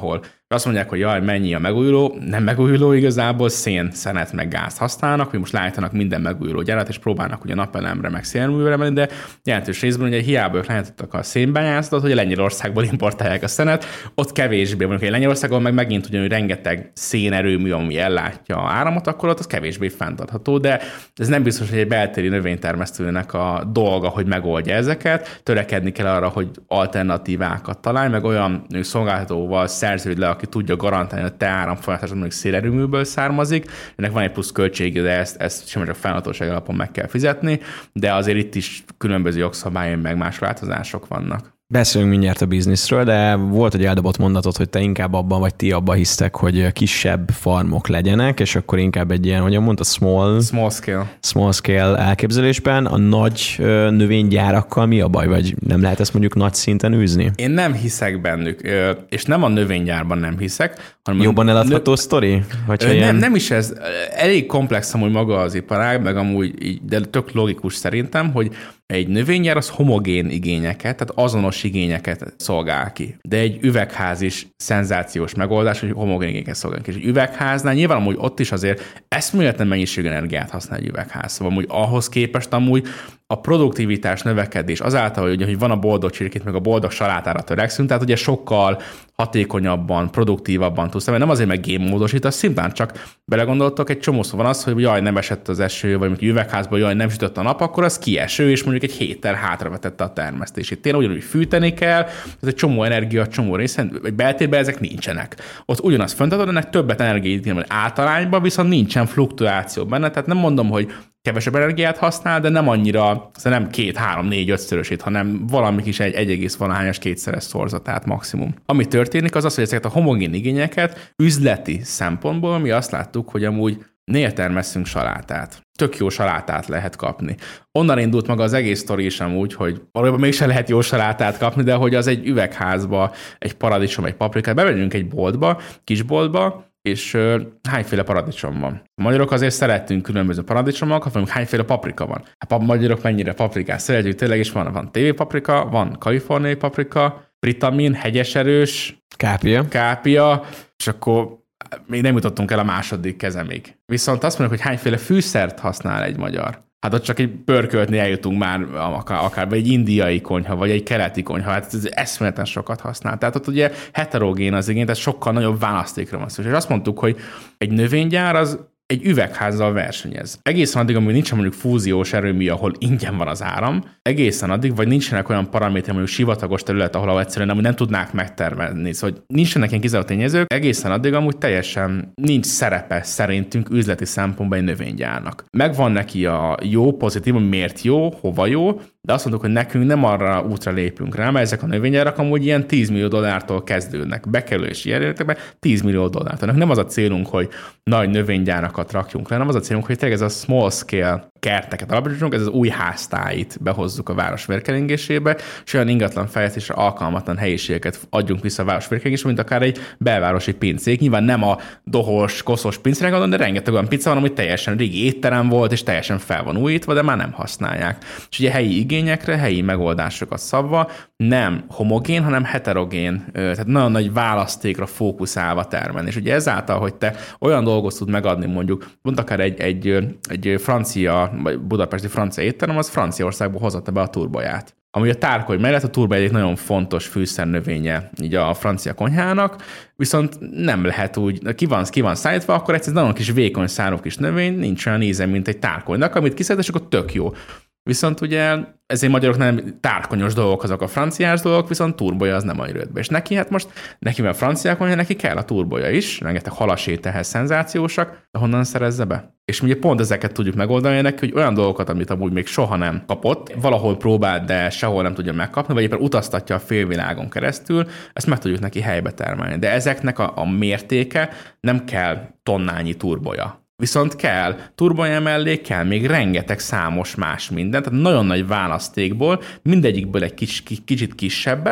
azt mondják, hogy jaj, mennyi a megújuló, nem megújuló igazából, szén, szenet meg gázt használnak, hogy most leállítanak minden megújuló gyárat, és próbálnak ugye napelemre meg szélerőművre menni, de jelentős részben ugye hiába ők leállítottak a szénbányászatot, hogy Lengyelországból importálják a szenet, ott kevésbé van, hogy Lengyelországon meg megint ugyanúgy rengeteg szénerőmű, ami ellátja a áramot, akkor ott az kevésbé fenntartható, de ez nem biztos, hogy egy beltéri növénytermesztőnek a dolga, hogy megoldja ezeket, törekedni kell arra, hogy alternatívákat találj, meg olyan szolgáltatóval szerződj le, aki tudja garantálni, hogy te áramfolyamtásod mondjuk szélerőműből származik. Ennek van egy plusz költsége, de ezt, ezt sem csak fennhatóság alapon meg kell fizetni, de azért itt is különböző jogszabályon meg más változások vannak. Beszélünk mindjárt a bizniszről, de volt egy eldobott mondatot, hogy te inkább abban, vagy ti abban hisztek, hogy kisebb farmok legyenek, és akkor inkább egy ilyen, hogyan mondta, small, small scale. Small scale elképzelésben. A nagy növénygyárakkal mi a baj, vagy nem lehet ezt mondjuk nagy szinten űzni? Én nem hiszek bennük, és nem a növénygyárban nem hiszek, hanem jobban eladható nö... sztori? Nem, ilyen... nem is ez. Elég komplex amúgy maga az iparág, meg amúgy, de tök logikus szerintem, hogy egy növénygyár az homogén igényeket, tehát azonos igényeket szolgál ki. De egy üvegház is szenzációs megoldás, hogy homogén igényeket szolgál ki. És egy üvegháznál nyilván amúgy ott is azért eszméletlen mennyiségű energiát használ egy üvegház. Szóval amúgy ahhoz képest amúgy a produktivitás növekedés azáltal, hogy, hogy van a boldog csirkét, meg a boldog salátára törekszünk, tehát ugye sokkal hatékonyabban, produktívabban tudsz, mert nem azért meg gémmódosítasz, szimplán csak belegondoltok, egy csomószor van az, hogy jaj, nem esett az eső, vagy mondjuk üvegházban jaj, nem sütött a nap, akkor az kieső, és mondjuk egy héttel hátravetette a termesztését. Tényleg ugyanúgy fűteni kell, ez egy csomó energia, csomó részen, vagy beltérben ezek nincsenek. Ott ugyanaz föntartod, ennek többet energiát, mint általányban, viszont nincsen fluktuáció benne, tehát nem mondom, hogy kevesebb energiát használ, de nem annyira, szóval nem két, három, négy, ötszörösét, hanem valamik is egy egy egész valahányas kétszeres szorzatát maximum. Ami történik, az az, hogy ezeket a homogén igényeket üzleti szempontból mi azt láttuk, hogy amúgy nél termesszünk salátát. Tök jó salátát lehet kapni. Onnan indult maga az egész sztori is amúgy, hogy valójában mégsem lehet jó salátát kapni, de hogy az egy üvegházba, egy paradicsom, egy paprikát, bemegyünk egy boltba, kisboltba, és uh, hányféle paradicsom van. A magyarok azért szeretünk különböző paradicsomokat, vagy hányféle paprika van. A magyarok mennyire paprikát szeretjük, tényleg is van, van tévé paprika, van kaliforniai paprika, britamin, hegyeserős, kápia. kápia, és akkor még nem jutottunk el a második kezemig. Viszont azt mondjuk, hogy hányféle fűszert használ egy magyar. Hát ott csak egy pörköltnél eljutunk már akár, akár vagy egy indiai konyha, vagy egy keleti konyha, hát ez eszméleten sokat használ. Tehát ott ugye heterogén az igény, tehát sokkal nagyobb választékra van szó. És azt mondtuk, hogy egy növénygyár az egy üvegházzal versenyez. Egészen addig, amíg nincsen mondjuk fúziós erőmű, ahol ingyen van az áram, egészen addig, vagy nincsenek olyan paraméterek, mondjuk sivatagos terület, ahol egyszerűen amúgy nem tudnák megtermelni, szóval nincsenek ilyen kizáró tényezők, egészen addig amúgy teljesen nincs szerepe szerintünk üzleti szempontból egy növénygyárnak. Megvan neki a jó, pozitív, miért jó, hova jó, de azt mondjuk, hogy nekünk nem arra útra lépünk rá, mert ezek a növénygyárak amúgy ilyen tíz millió dollártól kezdődnek. Bekerülési jelöltekben tíz millió dollártól. Nem az a célunk, hogy nagy növénygyárakat rakjunk le, hanem az a célunk, hogy tényleg ez a small scale kerteket alapítsunk, ez az új háztáit behozzuk a város vérkeringésébe, és olyan ingatlan fejlesztésre alkalmatlan helyiségeket adjunk vissza a város vérkeringésbe, mint akár egy belvárosi pincék. Nyilván nem a dohos, koszos pincére gondolom, de rengeteg olyan pizza van, ami teljesen régi étterem volt, és teljesen fel van újítva, de már nem használják. És ugye helyi igényekre, helyi megoldásokat szabva, nem homogén, hanem heterogén, tehát nagyon nagy választékra fókuszálva termelni. És ugye ezáltal, hogy te olyan dolgot tud megadni, mondjuk, mond akár egy, egy, egy francia, vagy budapesti francia étterem, az Franciaországból hozatta be a turboját. Ami a tárkoly mellett a turba egy nagyon fontos fűszernövénye így a francia konyhának, viszont nem lehet úgy, ki van, ki van szállítva, akkor egy nagyon kis vékony szárú kis növény, nincs olyan íze, mint egy tárkolynak, amit kiszedett, és akkor tök jó. Viszont ugye ezért magyarok nem tárkonyos dolgok azok a franciás dolgok, viszont turboja az nem annyira jött be. És neki hát most, neki van franciák, hogy neki kell a turboja is, rengeteg halasét ehhez szenzációsak, de honnan szerezze be? És ugye pont ezeket tudjuk megoldani neki, hogy olyan dolgokat, amit amúgy még soha nem kapott, valahol próbált, de sehol nem tudja megkapni, vagy éppen utaztatja a félvilágon keresztül, ezt meg tudjuk neki helybe termelni. De ezeknek a, a mértéke nem kell tonnányi turboja. Viszont kell turboja mellé, kell még rengeteg számos más mindent, tehát nagyon nagy választékból, mindegyikből egy kis, kicsit kisebbet,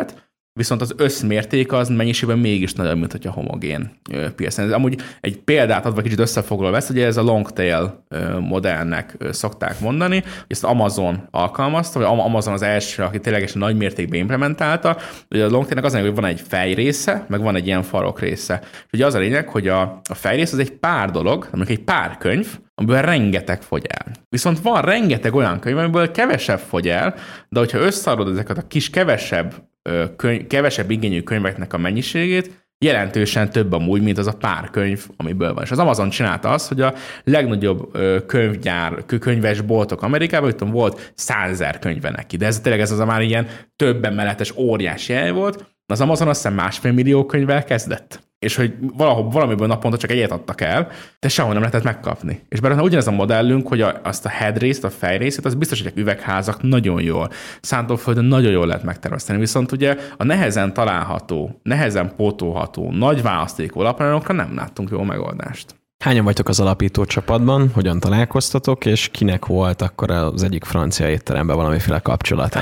viszont az összmérték az mennyiségben mégis nagyobb, mint hogyha homogén piac. Ez amúgy egy példát adva kicsit összefoglalva vesz, ugye ez a long tail modellnek szokták mondani, hogy ezt Amazon alkalmazta, vagy Amazon az első, aki ténylegesen nagy mértékben implementálta. Ugye a long tailnek az, hogy van egy fejrésze, meg van egy ilyen farok része. És ugye az a lényeg, hogy a, a fejrész az egy pár dolog, mondjuk egy pár könyv, amiből rengeteg fogy el. Viszont van rengeteg olyan könyv, amiből kevesebb fogy el, de hogyha összeadod ezeket a kis kevesebb, könyv, kevesebb igényű könyveknek a mennyiségét, jelentősen több amúgy, mint az a pár könyv, amiből van. És az Amazon csinálta azt, hogy a legnagyobb könyvgyár, könyves boltok Amerikában, hogy tudom, volt százezer könyve neki. De ez tényleg ez az a már ilyen több emeletes óriási hely volt. Az Amazon azt hiszem másfél millió könyvvel kezdett. És hogy valahol, valamiből naponta csak egyet adtak el, de sehol nem lehetett megkapni. És bár ugyanez a modellünk, hogy a, azt a head részt, a fejrészét, az biztos, hogy üvegházak nagyon jól, szántóföldön nagyon jól lehet megtermeszteni. Viszont ugye a nehezen található, nehezen pótolható, nagy választékú lapanyagokra nem láttunk jó megoldást. Hányan vagytok az alapító csapatban, hogyan találkoztatok, és kinek volt akkor az egyik francia étteremben valamiféle kapcsolata?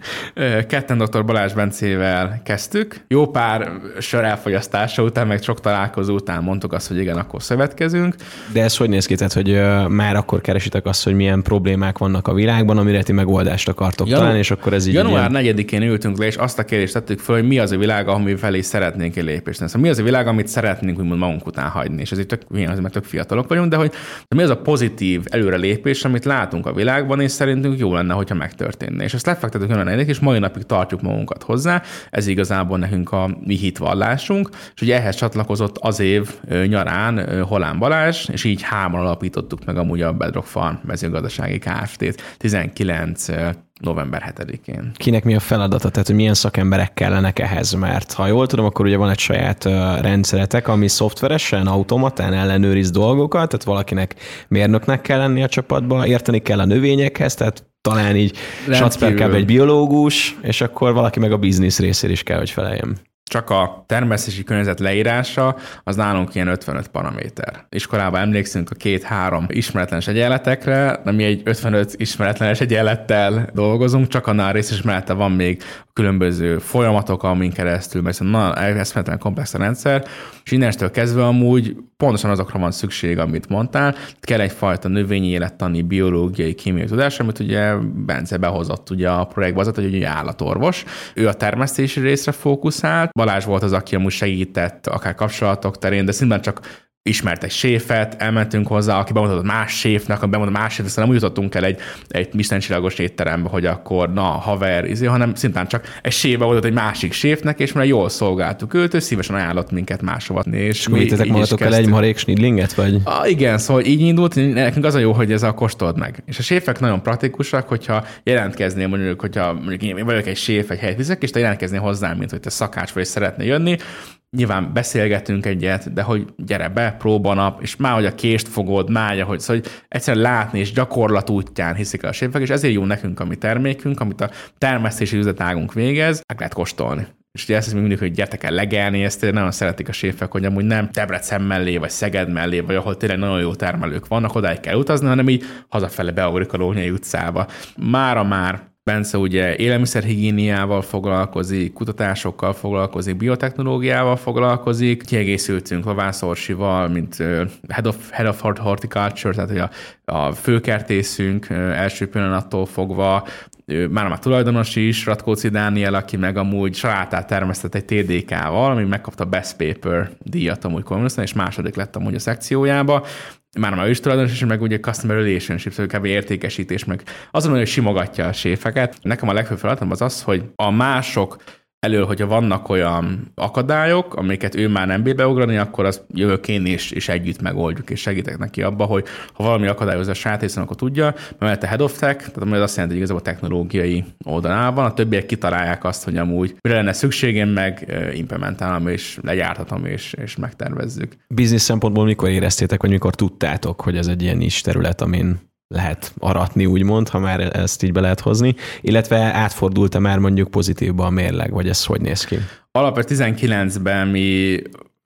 Ketten dr. Balázs Bencével kezdtük. Jó pár sör elfogyasztása után, meg sok találkozó után mondtuk azt, hogy igen, akkor szövetkezünk. De ez hogy néz ki? Tehát, hogy már akkor keresitek azt, hogy milyen problémák vannak a világban, amire ti megoldást akartok Janu- találni, és akkor ez így... Január negyedikén ültünk le, és azt a kérdést tettük fel, hogy mi az a világ, ami felé szeretnénk egy lépést. Szóval mi az a világ, amit szeretnénk úgymond magunk után hagyni. És ez itt tök, tök fiatalok vagyunk, de hogy de mi az a pozitív előrelépés, amit látunk a világban, és szerintünk jó lenne, hogyha megtörténne. És ezt lefektetünk önnek, és mai napig tartjuk magunkat hozzá. Ez igazából nekünk a mi hitvallásunk, és ugye ehhez csatlakozott az év nyarán Holán Balázs, és így hárman alapítottuk meg amúgy a Bedrock Farm mezőgazdasági Kft. tizenkilenc november hetedikén. Kinek mi a feladata? Tehát, hogy milyen szakemberek kellenek ehhez? Mert ha jól tudom, akkor ugye van egy saját rendszeretek, ami szoftveresen, automatán ellenőriz dolgokat, tehát valakinek mérnöknek kell lenni a csapatba, érteni kell a növényekhez, tehát talán így Schatzper egy biológus, és akkor valaki meg a biznisz részér is kell, hogy feleljen. Csak a termesztési környezet leírása, az nálunk ilyen ötvenöt paraméter. Iskolában emlékszünk a két-három ismeretlenes egyenletekre, de mi egy ötvenöt ismeretlenes egyenlettel dolgozunk, csak annál részismerete van még a különböző folyamatok, amin keresztül, mert na, eszméletlen komplex a rendszer, és innentől kezdve amúgy pontosan azokra van szükség, amit mondtál. Kell egyfajta növényi élettani, biológiai, kémiai tudás, amit ugye Bence behozott ugye a projektbe, az, hogy ugye állatorvos. Ő a termesztési részre fókuszált. Balázs volt az, aki amúgy segített akár kapcsolatok terén, de szintén csak ismert egy séfet, elmentünk hozzá, aki bemutatott más séfnek, aki bemutatott más séfnek, aztán nem jutottunk el egy, egy Michelin-csillagos étterembe, hogy akkor na, haver, izé, hanem szintén csak egy séf bemutatott egy másik séfnek, és mert jól szolgáltuk őt, ő szívesen ajánlott minket máshova. És mi vittetek magatokkal egy marék snidlinget, vagy? Ah, igen, szóval így indult, nekünk az a jó, hogy ez a kóstold meg. És a séfek nagyon praktikusak, hogyha jelentkeznél mondjuk, hogyha mondjuk én vagyok egy séf, egy helyet viszek, és te jelentkeznél hozzám, mint hogy te szakács vagy, és szeretnél jönni, nyilván beszélgetünk egyet, de hogy gyere be, próbanap, és már, hogy a kést fogod, már, hogy, szóval, hogy egyszerűen látni és gyakorlat útján hiszik el a séfek, és ezért jó nekünk a mi termékünk, amit a termesztési üzletágunk végez, meg lehet kóstolni. És ugye ezt még mindig, hogy gyertek el legelni, ezt nagyon szeretik a séfek, hogy amúgy nem Debrecen mellé, vagy Szeged mellé, vagy ahol tényleg nagyon jó termelők vannak, odáig kell utazni, hanem így hazafele beugrik a Lónyai utcába. Mára már Bence ugye élelmiszerhigiéniával foglalkozik, kutatásokkal foglalkozik, biotechnológiával foglalkozik, kiegészültünk Lovász Orsival, mint Head of, Head of Horticulture, tehát hogy a, a főkertészünk első pillanattól fogva, már már tulajdonos is, Ratkóczi Dániel, aki meg amúgy sajátát termesztett egy té dé ká-val, ami megkapta a Best Paper díjat amúgy Corvinuson, és második lett amúgy a szekciójába. Már már ő is tulajdonos, és meg ugye Customer Relationship, szóval kb. Értékesítés, meg azon, hogy simogatja a séfeket. Nekem a legfőbb feladatom az az, hogy a mások elől, hogyha vannak olyan akadályok, amiket ő már nem bír beugrani, akkor azt jövök én és, és együtt megoldjuk, és segítek neki abba, hogy ha valami akadályozza a saját részen, akkor tudja, mert a Head of Tech, tehát ami az azt jelenti, hogy igazából a technológiai oldalán van, a többiek kitalálják azt, hogy amúgy mire lenne szükségem, meg implementálom, és legyárthatom, és, és megtervezzük. Biznisz szempontból mikor éreztétek, vagy mikor tudtátok, hogy ez egy ilyen is terület, amin lehet aratni, úgymond, ha már ezt így be lehet hozni, illetve átfordult-e már mondjuk pozitívba a mérleg, vagy ez hogy néz ki? Alapvetően tizenkilencben mi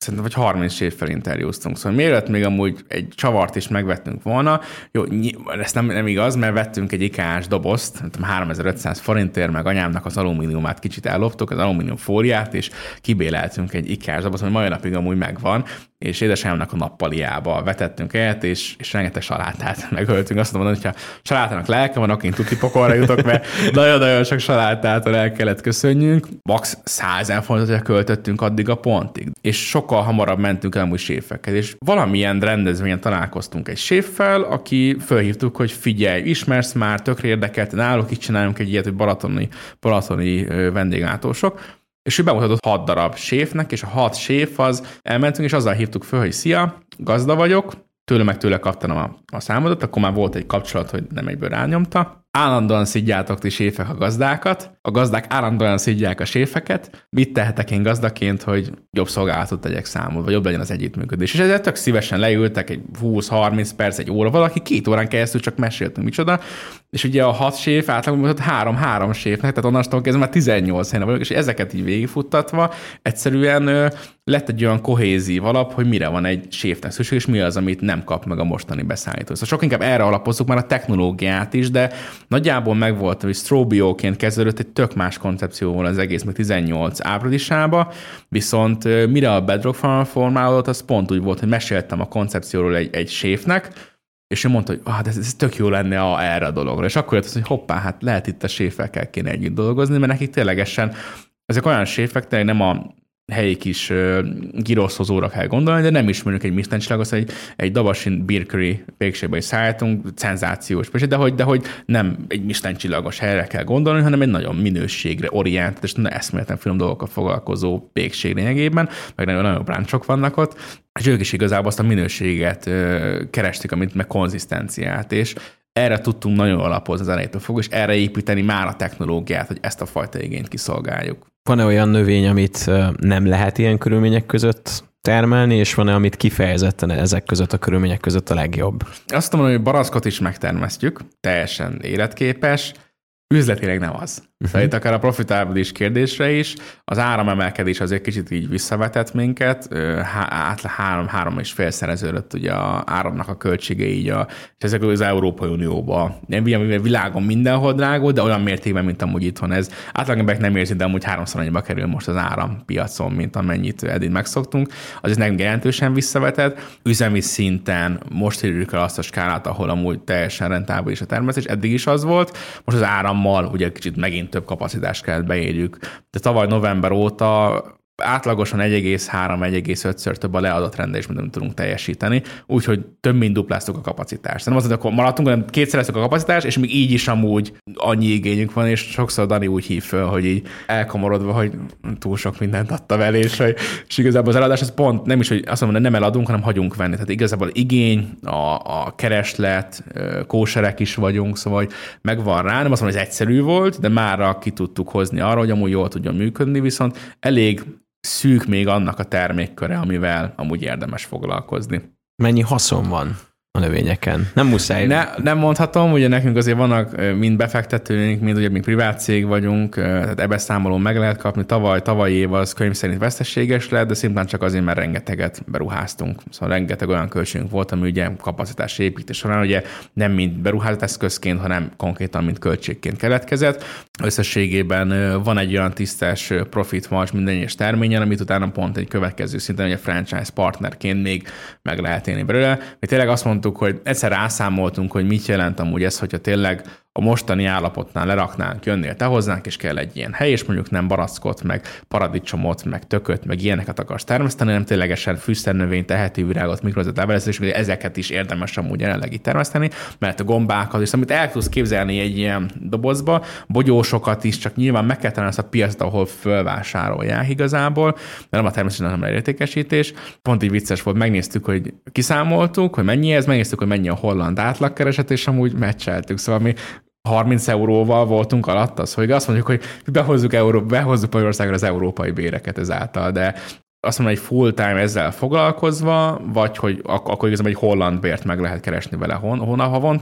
szerintem vagy harminc séffel interjúztunk. Szóval mielőtt még amúgy egy csavart is megvettünk volna, jó, ez nem, nem igaz, mert vettünk egy ikás dobozt, háromezer-ötszáz forintért, meg anyámnak az alumíniumát kicsit elloptuk, az alumínium fóliát, és kibéleltünk egy ikás dobozt, ami mai napig amúgy megvan, és édesanyámnak a nappaliába vetettünk egyet, és, és rengeteg salátát megöltünk. Azt mondom, hogy ha salátának lelke van, akkor én tuti pokolra jutok, mert nagyon-nagyon sok salátától el kellett köszönjünk. Max százezer forintot költöttünk addig a pontig. És sokkal hamarabb mentünk el amúgy séfekkel. És valamilyen rendezvényen találkoztunk egy séffel, aki fölhívtuk, hogy figyelj, ismersz már, tökre érdekelt, náluk is csináljunk egy ilyet, hogy balatoni, balatoni vendéglátósok. És ő bemutatott hat darab séfnek, és a hat séf az elmentünk, és azzal hívtuk föl, hogy szia, gazda vagyok, tőle meg tőle kaptam a, a számodat, akkor már volt egy kapcsolat, hogy nem egyből rányomta. Állandóan szidjátok ti séfek a gazdákat, a gazdák állandóan szidják a séfeket. Mit tehetek én gazdaként, hogy jobb szolgálatot tegyek számol, vagy jobb legyen az együttműködés. És ezzel tök szívesen leültek egy húsz-harminc perc, egy óra, valaki két órán keresztül csak meséltünk micsoda. És ugye a hat séf átlagban volt három-három séfnek, tehát onnastól kezdve már tizennyolc helyen vagyok, és ezeket így végigfuttatva egyszerűen ö, lett egy olyan kohézív alap, hogy mire van egy séfnek szükség, és mi az, amit nem kap meg a mostani beszállító. Szóval sok inkább erre alapozzuk már a technológiát is, de nagyjából megvolt, hogy Strobióként kezdődött, egy tök más koncepció volt az egész, még tizennyolc áprilisába, viszont mire a Bedrock formálódott, az pont úgy volt, hogy meséltem a koncepcióról egy, egy séfnek, és ő mondta, hogy ah, ez, ez tök jó lenne a, erre a dologra. És akkor jött az, hogy hoppá, hát lehet itt a séfekkel kéne együtt dolgozni, mert nekik ténylegesen ezek olyan séfek, tényleg nem a helyi kis uh, giroszhozóra kell gondolni, de nem is mondjuk egy Michelin-csillagot, egy, egy Dabasin Birkery pékségbe is szállítunk, szenzációs, de hogy, de hogy nem egy Michelin-csillagos helyre kell gondolni, hanem egy nagyon minőségre orientált, és nagyon eszméletlen finom dolgokkal foglalkozó pékség lényegében, meg nagyon-nagyon bráncsok vannak ott, és ők is igazából azt a minőséget uh, keresték, amit meg konzisztenciát, és erre tudtunk nagyon alapozni az elejétől fogva, és erre építeni már a technológiát, hogy ezt a fajta igényt kiszolgáljuk. Van-e olyan növény, amit nem lehet ilyen körülmények között termelni, és van-e, amit kifejezetten ezek között a körülmények között a legjobb? Azt mondom, hogy barackot is megtermesztjük, teljesen életképes, üzletileg nem az. Uh-huh. Szóval itt akár a profitábilis kérdésre is, az áramemelkedés azért kicsit így visszavetett minket, átlag három-három és fél szereződött ugye a áramnak a költsége így, a, és ezek az Európai Unióban. Nem világon mindenhol drágul, de olyan mértékben, mint amúgy itthon ez. Átlagemberek nem érzik, de amúgy háromszor annyiba kerül most az árampiacon, mint amennyit eddig megszoktunk. Az nekünk jelentősen visszavetett. Üzemi szinten most érjük el azt a skálát, ahol amúgy teljesen rentábilis a termesztés, eddig is az volt. Most az árammal ugye kicsit megint több kapacitást kellett beérjük. De tavaly november óta átlagosan egy egész három - egy egész ötször több a leadott rendelés, mint amit tudunk teljesíteni, úgyhogy több mint dupláztuk a kapacitást. Nem az, hogy akkor maradtunk, hanem kétszereztük a kapacitást, és még így is amúgy annyi igényünk van, és sokszor Dani úgy hív föl, hogy így elkomorodva, hogy túl sok mindent adtam el, és, hogy, és igazából az eladás az pont nem is, hogy azt mondom, hogy nem eladunk, hanem hagyunk venni. Tehát igazából igény, a, a kereslet, kóserek is vagyunk, szóval hogy megvan rá. Nem azt mondom, hogy ez egyszerű volt, de mára ki tudtuk hozni arra, hogy amúgy jól tudjon működni, viszont elég szűk még annak a termékköre, amivel amúgy érdemes foglalkozni. Mennyi haszon van a növényeken? Nem muszáj. Ne, nem mondhatom, ugye nekünk azért vannak mind befektetőink, mind ugye mi privát cég vagyunk, tehát ebbe számolón meg lehet kapni. Tavaly, tavalyi év az könyv szerint veszteséges lett, de szimplán csak azért, mert rengeteget beruháztunk. Szóval rengeteg olyan költségünk volt, ami ugye kapacitás építés során ugye nem mint beruházat eszközként, hanem konkrétan mint költségként keletkezett. Összességében van egy olyan tisztes profit marge minden egyes terményen, amit utána pont egy következő szinten, ugye franchise partnerként még meg lehet élni belőle. Mi tényleg azt mondtuk, hogy egyszer rászámoltunk, hogy mit jelent amúgy ez, hogyha tényleg a mostani állapotnál leraknánk, jönnél te hozzánk, és kell egy ilyen hely, és mondjuk nem barackot, meg paradicsomot, meg tököt, meg ilyeneket akarsz termeszteni, hanem ténylegesen fűszernövényt, tehetővirágot, mikrozat levelezés, és ezeket is érdemes amúgy jelenleg itt termeszteni, mert a gombákat is, amit el tudsz képzelni egy ilyen dobozba, bogyósokat is, csak nyilván meg kell találni azt a piacot, ahol fölvásárolják igazából, de nem a természetesen, hanem a értékesítés. Pont így vicces volt, megnéztük, hogy kiszámoltuk, hogy mennyi ez, megnéztük, hogy mennyi a holland átlagkereset, és amúgy meccseltük. Szóval mi harminc euróval voltunk alatt, az, hogy azt mondjuk, hogy behozzuk, Euró- behozzuk Magyarországra az európai béreket ezáltal, de azt mondom, hogy full-time ezzel foglalkozva, vagy hogy ak- akkor igazából egy holland bért meg lehet keresni vele hon- hónap havonta,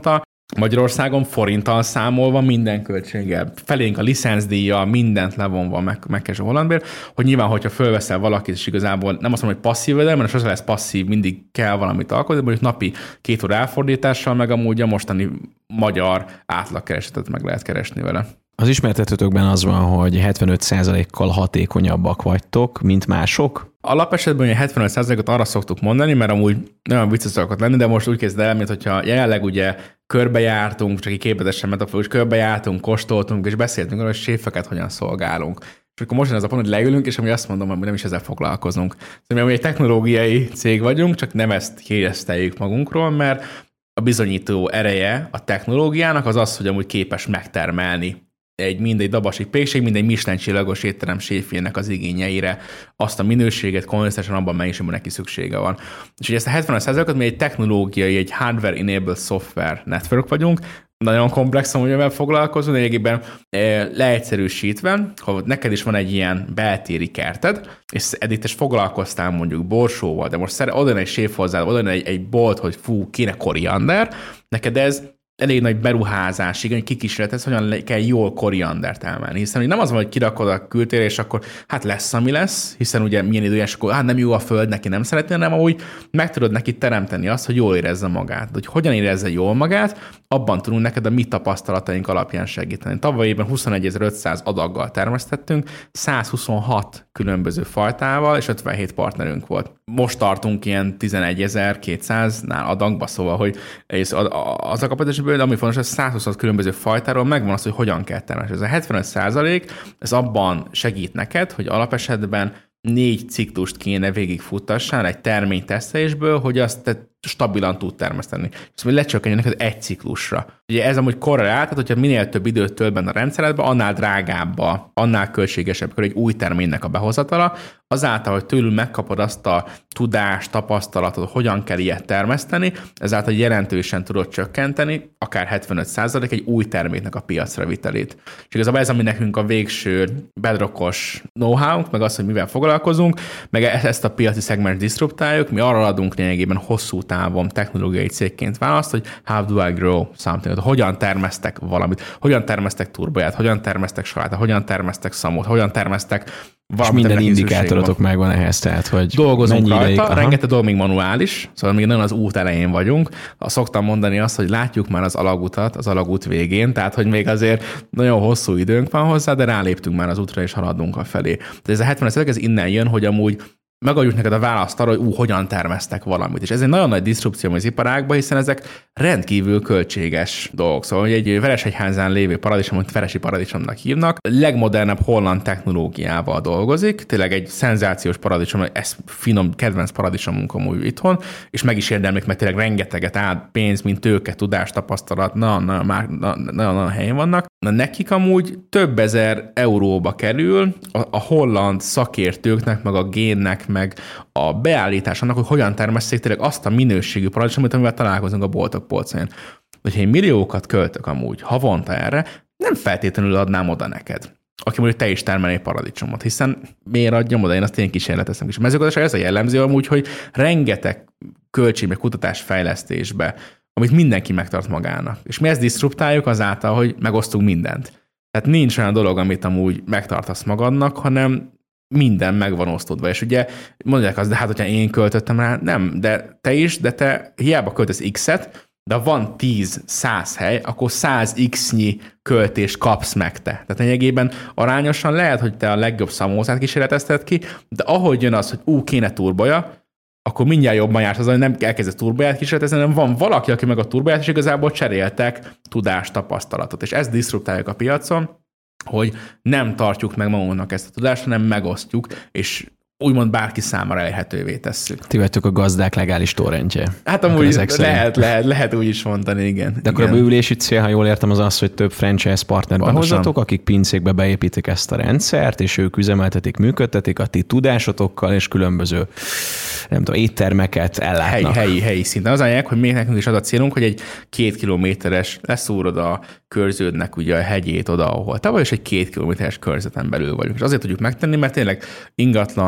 Magyarországon forinttal számolva minden költséggel, felénk a licencdíjjal, mindent levonva meg, megkezdő hollandbér, hogy nyilván, hogyha fölveszel valakit, és igazából nem azt mondom, hogy passzív, de mert sose lesz passzív, mindig kell valamit alkotni, mondjuk napi két óra elfordítással, meg amúgy a mostani magyar átlagkeresetet meg lehet keresni vele. Az ismertetőtökben az van, hogy hetvenöt százalékkal hatékonyabbak vagytok, mint mások? Alapesetben hetvenöt százalékot arra szoktuk mondani, mert amúgy nagyon vicces szokott lenni, de most úgy kezd el, mint hogyha jelenleg ugye körbejártunk, csak egy képletesen metaforus, körbejártunk, kóstoltunk, és beszéltünk arra, hogy séfeket hogyan szolgálunk. És akkor most ez a pont, hogy leülünk, és ami azt mondom, hogy nem is ezzel foglalkozunk. Szóval mi egy technológiai cég vagyunk, csak nem ezt híreszteljük magunkról, mert a bizonyító ereje a technológiának az az, hogy amúgy képes megtermelni egy mindegy dabasi pékség, mindegy Michelin csillagos étterem séfjének az igényeire azt a minőséget, konzisztensen abban mennyiségben neki szüksége van. És ugye ezt a hetvenöt százalékot mi egy technológiai, egy hardware-enabled software network vagyunk, nagyon komplex, amivel foglalkozunk, de egyébben leegyszerűsítve, ha neked is van egy ilyen beltéri kerted, és eddig te foglalkoztál mondjuk borsóval, de most oda egy séf hozzád, oda egy, egy bolt, hogy fú, kéne koriander, neked ez elég nagy beruházás, igen, hogy kikísérletez, hogyan kell jól koriandert elmenni. Hiszen hogy nem az van, hogy kirakod a kültérre, és akkor hát lesz, ami lesz, hiszen ugye milyen időjás, akkor hát nem jó a föld, neki nem szeretné, hanem ahogy meg tudod neki teremteni azt, hogy jól érezze magát. De hogy hogyan érezze jól magát, abban tudunk neked a mi tapasztalataink alapján segíteni. Tavaly évben huszonegyezer-ötszáz adaggal termesztettünk, százhuszonhat különböző fajtával, és ötvenhét partnerünk volt. Most tartunk ilyen tizenegyezer-kétszáznál adagba, szóval, hogy az a kapacitás, de ami fontos, hogy százhúsz különböző fajtáról megvan az, hogy hogyan kell termelni. Ez a hetvenöt százalék, ez abban segít neked, hogy alapesetben négy ciklust kéne végigfuttassál egy termény tesztelésből, hogy azt te stabilan tud termeszteni. És hogy lecsökkenjen neked egy ciklusra. Ugye ez amúgy korrelál, tehát hogyha minél több időt tölt benne a rendszeredben, annál drágább, annál költségesebb egy új terménynek a behozatala, azáltal, hogy tőlük megkapod azt a tudást, tapasztalatot, hogyan kell ilyet termeszteni, ezáltal jelentősen tudod csökkenteni, akár hetvenöt százalék egy új terméknek a piacra vitelét. És igazából ez, ami nekünk a végső bedrockos know-how-nk, meg az, hogy mivel foglalkozunk, meg ezt a piaci szegmens diszruptáljuk, mi arra adunk lényegében hosszú távon technológiai cégként választ, hogy how do I grow something? Hogyan termesztek valamit, hogyan termesztek turboját, hogyan termesztek salátát, hogyan termesztek szamót, hogyan termesztek valamit. És minden indikátorotok megvan ehhez, tehát hogy dolgozunk rajta, ideig, rengeteg dolog még manuális, szóval még nagyon az út elején vagyunk. Szoktam mondani azt, hogy látjuk már az alagutat, az alagút végén, tehát hogy még azért nagyon hosszú időnk van hozzá, de ráléptünk már az útra, és haladunk a felé. De ez a hetven százalék, ez innen jön, hogy amúgy megadjuk neked a választ arra, hogy ú, hogyan termesztek valamit. És ez egy nagyon nagy diszrupció az iparágban, hiszen ezek rendkívül költséges dolgok. Szóval hogy egy Vereshegyházán lévő paradicsom, amit Veresi paradicsomnak hívnak, a legmodernebb holland technológiával dolgozik, tényleg egy szenzációs paradicsom, ez finom, kedvenc paradicsomunk amúgy itthon, és meg is érdemlik, mert tényleg rengeteget át, pénz, mint tőke, tudás, tapasztalat, nagyon-nagyon helyen vannak. Na, nekik amúgy több ezer euróba kerül a, a holland szakértőknek, meg a génnek, meg a beállítás annak, hogy hogyan termesszék tényleg azt a minőségű paradicsomot, amivel találkozunk a boltok polcain. Hogyha én milliókat költök amúgy havonta erre, nem feltétlenül adnám oda neked, aki mondjuk te is termelnél paradicsomot, hiszen miért adjam oda, én azt én kísérleteztem is. A mezőgazdaság ez a jellemző amúgy, hogy rengeteg költségbe, kutatás fejlesztésbe, amit mindenki megtart magának. És mi ezt diszruptáljuk azáltal, hogy megosztunk mindent. Tehát nincs olyan dolog, amit amúgy megtartasz magadnak, hanem minden meg van osztodva. És ugye mondják azt, de hát, hogyha én költöttem rá, nem, de te is, de te hiába költesz X-et, de ha van tíz-száz hely, akkor száz x-nyi költést kapsz meg te. Tehát lényegében arányosan lehet, hogy te a legjobb szamózát kísérletezted ki, de ahogy jön az, hogy ú, kéne turboja, akkor mindjárt jobban jársz az, hogy nem elkezdesz turboját kísérletezni, hanem van valaki, aki meg a turboját, és igazából cseréltek tudást, tapasztalatot. És ezt diszruptáljuk a piacon, hogy nem tartjuk meg magunknak ezt a tudást, hanem megosztjuk, és úgymond bárki számára elérhetővé tesszük. Ti vagytok a gazdák legális torrentje. Hát amúgy lehet, lehet, lehet úgy is mondani, igen. De akkor igen. A bővülési cél, ha jól értem, az az, hogy több franchise partner behozzatok, akik pincékbe beépítik ezt a rendszert, és ők üzemeltetik, működtetik a ti tudásotokkal, és különböző nem tudom, éttermeket ellátnak. Helyi, helyi, helyi szinten. Az anyag, hogy még nekünk is az a célunk, hogy egy két kilométeres leszúrod a körződnek ugye a hegyét oda, ahol tavaly, és egy két kilométeres körzeten belül vagyunk. És azért tudjuk megtenni, mert tényleg ingatlan,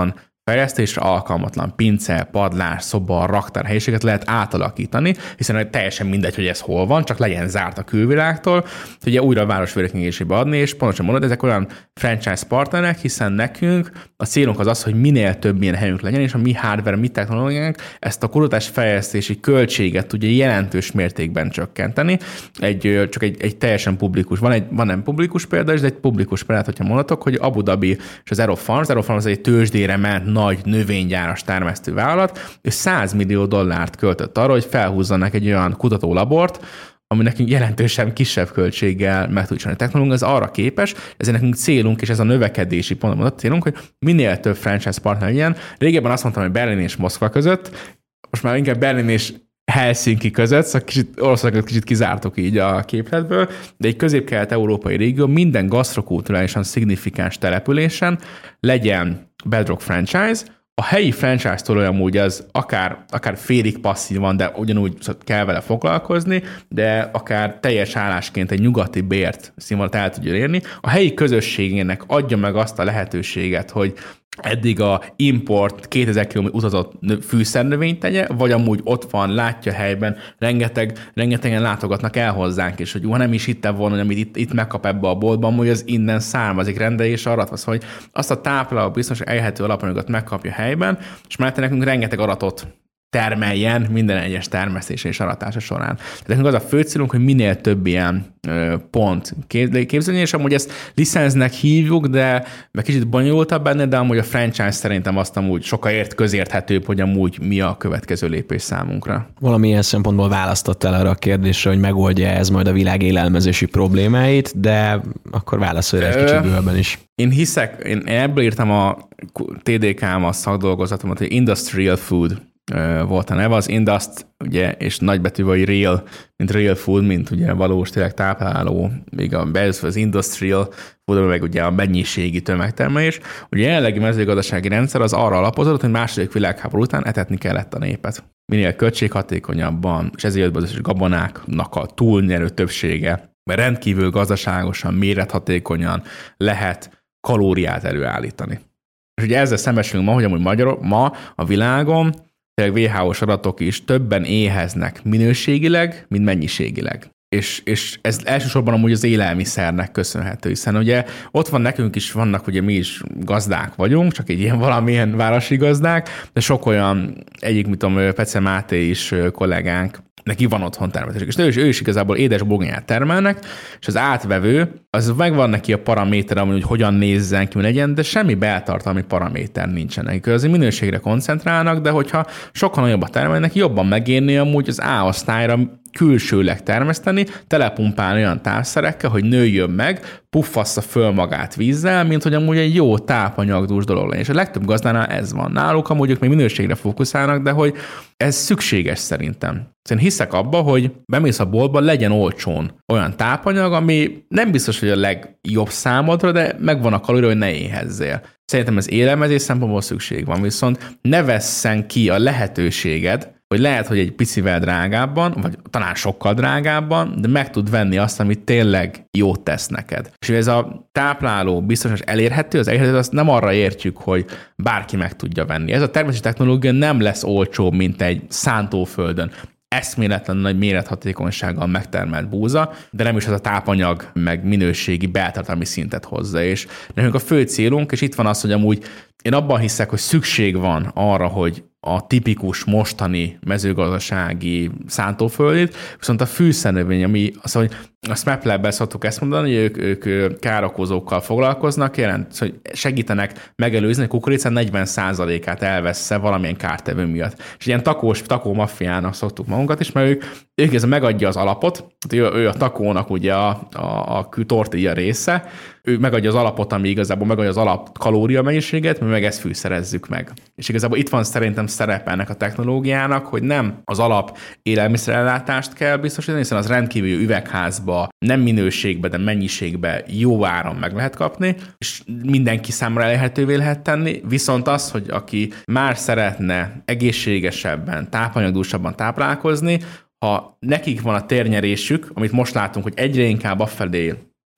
fejlesztésre alkalmatlan pince, padlás, szoba, raktár helyiséget lehet átalakítani, hiszen teljesen mindegy, hogy ez hol van, csak legyen zárt a külvilágtól, hogy ugye újra a városfejlesztésébe adni, és pontosan mondod, ezek olyan franchise partnerek, hiszen nekünk a célunk az az, hogy minél több ilyen helyünk legyen, és a mi hardware, mi technológiánk ezt a kutatás fejlesztési költséget tudja jelentős mértékben csökkenteni. Egy, csak egy, egy teljesen publikus, van egy van nem publikus példa is, de egy publikus példát, hogyha mondhatok, hogy Abu Dhabi és az Aerofarms, az Aerofarms egy tőzsdére ment nagy növénygyáras termesztő vállalat, és száz millió dollárt költött arra, hogy felhúzzanak egy olyan kutatólabort, ami nekünk jelentősen kisebb költséggel meg tud csinálni. A technológia az arra képes, ez nekünk célunk, és ez a növekedési pontban a célunk, hogy minél több franchise partner legyen. Régebben azt mondtam, hogy Berlin és Moszkva között, most már inkább Berlin és Helsinki között, szóval kicsit, Oroszországot kicsit kizártok így a képletből, de egy közép-kelet-európai régió minden gasztrokulturálisan szignifikáns településen legyen Bedrock franchise. A helyi franchise-tól olyan amúgy az akár, akár félig passzív van, de ugyanúgy kell vele foglalkozni, de akár teljes állásként egy nyugati bért színvonalat el tudja érni. A helyi közösségének adja meg azt a lehetőséget, hogy eddig a import kétezer kilométer utazott fűszernövényt tegye, vagy amúgy ott van, látja helyben, rengeteg, rengetegen látogatnak el hozzánk, és hogy ha nem is hittem volna, hogy amit itt, itt megkap ebbe a boltban, hogy az innen származik rendelés aratva, hogy azt a tápláló biztos elérhető alapanyagot megkapja helyben, és mellette nekünk rengeteg aratot termeljen minden egyes termesztése és aratása során. Tehát nekünk az a fő célunk, hogy minél több ilyen ö, pont képzelni, és amúgy ezt licenznek hívjuk, de meg kicsit bonyolultabb benne, de amúgy a franchise szerintem azt amúgy sokkal ért közérthetőbb, hogy amúgy mi a következő lépés számunkra. Valamilyen szempontból választottál arra a kérdésre, hogy megoldja ez majd a világ élelmezési problémáit, de akkor válaszolj egy kicsit bővebben is. Én hiszek, én ebből írtam a té dé ká-m, a szakdolgozatomat, hogy Industrial Food volt a neve, az Indust, ugye, és nagybetűvel, hogy real, mint real food, mint ugye valós tényleg tápláló, még a belőszve az industrial food, meg ugye a mennyiségi tömegtermelés. Ugye a jelenlegi mezőgazdasági rendszer az arra alapozott, hogy második világháború után etetni kellett a népet. Minél költséghatékonyabban, és ezért jött az gabonáknak a túlnyerő többsége, mert rendkívül gazdaságosan, mérethatékonyan lehet kalóriát előállítani. És ugye ezzel szembesülünk ma, hogy amúgy magyar, ma a világon vé há ó-s adatok is többen éheznek minőségileg, mint mennyiségileg. És, és ez elsősorban amúgy az élelmiszernek köszönhető, hiszen ugye ott van nekünk is, vannak, ugye mi is gazdák vagyunk, csak egy ilyen valamilyen városi gazdák, de sok olyan, egyik, mit tudom, Pece Máté is kollégánk, neki van otthon termesztés, és ő is, ő is igazából édes bogonyát termelnek, és az átvevő, az megvan neki a paraméter, hogy hogyan nézzen ki, mi legyen, de semmi beltartalmi paraméter nincsen neki. Azért minőségre koncentrálnak, de hogyha sokkal nagyobbat termelnek, jobban megérni amúgy az A-osztályra külsőleg termeszteni, telepumpálni olyan távszerekkel, hogy nőjön meg, puffassza föl magát vízzel, mint hogy amúgy egy jó tápanyagdús dolog legyen. És a legtöbb gazdánál ez van. Náluk amúgy ők még minőségre fókuszálnak, de hogy ez szükséges szerintem. Én hiszek abba, hogy bemész a boltba, legyen olcsón olyan tápanyag, ami nem biztos, hogy a legjobb számodra, de megvan a kalória, hogy ne éhezzél. Szerintem ez élelmezés szempontból szükség van, viszont ne vesszen ki a lehetőséged, hogy lehet, hogy egy picivel drágábban, vagy talán sokkal drágábban, de meg tud venni azt, amit tényleg jót tesz neked. És ez a tápláló biztos elérhető, az elérhető, azt nem arra értjük, hogy bárki meg tudja venni. Ez a termesztési technológia nem lesz olcsóbb, mint egy szántóföldön eszméletlen nagy mérethatékonysággal megtermelt búza, de nem is az a tápanyag, meg minőségi beltartalmi szintet hozza. És nekünk a fő célunk, és itt van az, hogy amúgy én abban hiszek, hogy szükség van arra, hogy a tipikus mostani mezőgazdasági szántóföldét, viszont a fűszernövény, ami azt mondja, hogy a SMAP-ben szoktuk ezt mondani, hogy ők, ők károkozókkal foglalkoznak, jelent, hogy segítenek megelőzni, hogy kukoricán negyven százalékát elvessze valamilyen kártevő miatt. És ilyen takós, takó maffiának szoktuk magunkat is, mert ők, ők ez megadja az alapot, ő, ő a takónak ugye a, a, a tortilla része, ő megadja az alapot, ami igazából megadja az alap kalória mennyiséget, mi meg ezt fűszerezzük meg. És igazából itt van szerintem szerepe ennek a technológiának, hogy nem az alap élelmiszerellátást kell biztosítani, hiszen az rendkívül üvegházba, nem minőségbe, de mennyiségbe jó áron meg lehet kapni, és mindenki számára elérhetővé lehet tenni, viszont az, hogy aki már szeretne egészségesebben, tápanyagdúsabban táplálkozni, ha nekik van a térnyerésük, amit most látunk, hogy egyre inkább afelé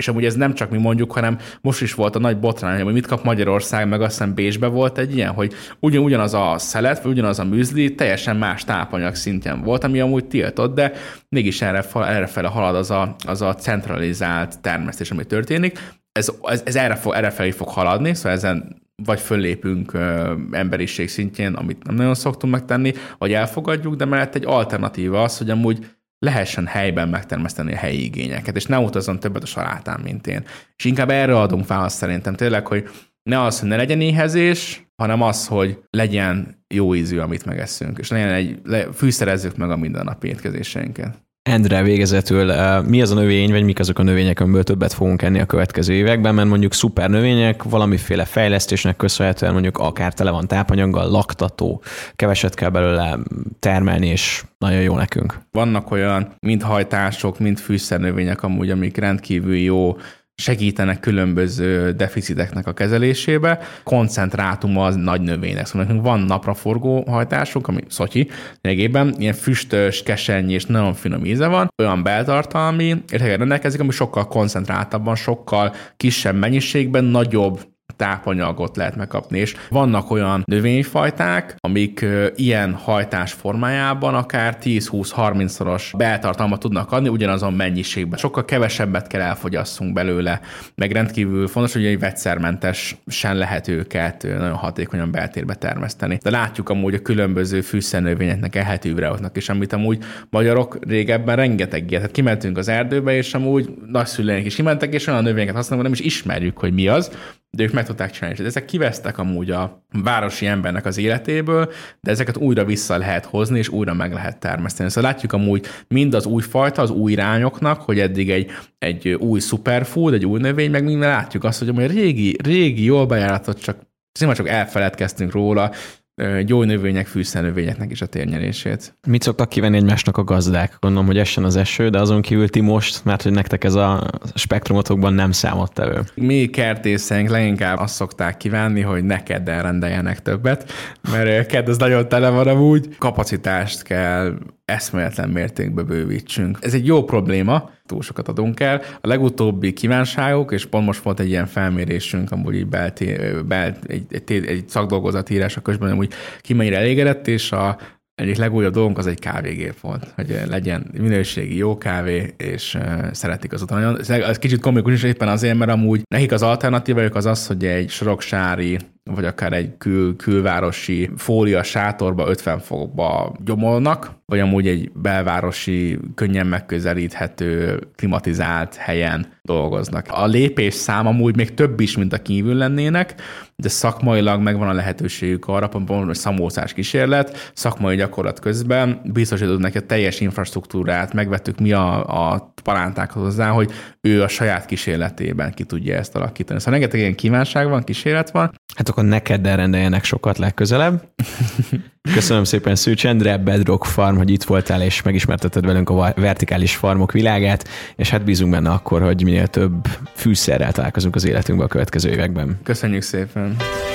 És amúgy ez nem csak mi mondjuk, hanem most is volt a nagy botrány, hogy mit kap Magyarország, meg azt hiszem Bécsbe volt egy ilyen, hogy ugyan, ugyanaz a szelet, vagy ugyanaz a műzli, teljesen más tápanyag szintjen volt, ami amúgy tiltott, de mégis erre, erre fele halad az a, az a centralizált termesztés, ami történik. Ez, ez, ez erre, fog, erre felé fog haladni, szóval ezen vagy föllépünk ö, emberiség szintjén, amit nem nagyon szoktunk megtenni, vagy elfogadjuk, de mellett egy alternatíva az, hogy amúgy lehessen helyben megtermeszteni a helyi igényeket, és ne utazzon többet a salátán, mint én. És inkább erre adunk választ szerintem tényleg, hogy ne az, hogy ne legyen éhezés, hanem az, hogy legyen jó ízű, amit megesszünk, és legyen egy, le, fűszerezzük meg a mindennapi étkezéseinket. Endre, végezetül mi az a növény, vagy mik azok a növények, amiből többet fogunk enni a következő években, mert mondjuk szuper növények, valamiféle fejlesztésnek köszönhetően mondjuk akár tele van tápanyaggal, laktató, keveset kell belőle termelni, és nagyon jó nekünk. Vannak olyan mind hajtások, mind fűszernövények amúgy, amik rendkívül jó, segítenek különböző deficiteknek a kezelésébe. Koncentrátum az nagy növények. Szóval nekünk van napraforgó hajtásunk, ami szotyi, lényegében ilyen füstös, kesernyés és nagyon finom íze van, olyan beltartalmi értékekkel rendelkezik, ami sokkal koncentráltabban, sokkal kisebb mennyiségben, nagyobb tápanyagot lehet megkapni, és vannak olyan növényfajták, amik ilyen hajtás formájában akár tíz-húsz-harmincszoros beltartalmat tudnak adni ugyanazon mennyiségben. Sokkal kevesebbet kell elfogyasszunk belőle, meg rendkívül fontos, hogy egy vegyszermentesen lehet őket nagyon hatékonyan beltérbe termeszteni. De látjuk amúgy a különböző fűszernövényeknek, ehető virágoknak is, amit amúgy magyarok régebben rengeteg ilyet. Hát kimentünk az erdőbe, és amúgy nagyszüleink is kimentek, és olyan növényeket használunk, nem is ismerjük, hogy mi az, de ők meg tudták csinálni. És ezek kivesztek amúgy a városi embernek az életéből, de ezeket újra vissza lehet hozni, és újra meg lehet termeszteni. Szóval látjuk amúgy mind az új fajta, az új irányoknak, hogy eddig egy, egy új superfood, egy új növény, meg minden látjuk azt, hogy amúgy a régi, régi jól bejáratott, csak csak elfeledkeztünk róla, jó növények, fűszernövényeknek is a térnyerését. Mit szoktak kivenni egymásnak a gazdák? Gondolom, hogy essen az eső, de azon kívül ti most, mert hogy nektek ez a spektrumotokban nem számottevő. Mi kertészeink leginkább azt szokták kívánni, hogy ne kedden rendeljenek többet, mert kedd az nagyon tele van amúgy. Kapacitást kell eszméletlen mértékben bővítsünk. Ez egy jó probléma, túl sokat adunk el. A legutóbbi kívánságok, és pont most volt egy ilyen felmérésünk, amúgy így belti, belt, egy, egy, egy szakdolgozatírás a közben, amúgy ki mennyire elégedett, és a egyik legújabb dolgunk az egy kávégép volt, hogy legyen minőségi jó kávé, és uh, szeretik az utána. Ez kicsit komikus is éppen azért, mert amúgy nekik az alternatívájuk az az, hogy egy soroksári, vagy akár egy kül, külvárosi fólia sátorba ötven fokba gyomolnak, vagy amúgy egy belvárosi, könnyen megközelíthető, klimatizált helyen dolgoznak. A lépés szám amúgy még több is, mint a kívül lennének, de szakmailag megvan a lehetőségük arra, pont egy szamócás kísérlet, szakmai gyakorlat közben biztosítod neki a teljes infrastruktúrát, megvettük mi a, a palántákhoz hozzá, hogy ő a saját kísérletében ki tudja ezt alakítani. Szóval rengeteg ilyen kívánság van, kísérlet van. Hát akkor neked rendeljenek sokat legközelebb. Köszönöm szépen Szűcs Endre, Bedrock Farm, hogy itt voltál és megismertetted velünk a vertikális farmok világát, és hát bízunk benne akkor, hogy minél több fűszerrel találkozunk az életünkben a következő években. Köszönjük szépen!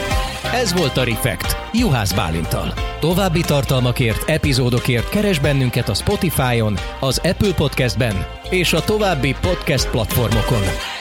Ez volt a Refekt, Juhász Bálinttal. További tartalmakért, epizódokért keresd bennünket a Spotify-on, az Apple Podcastben és a további podcast platformokon.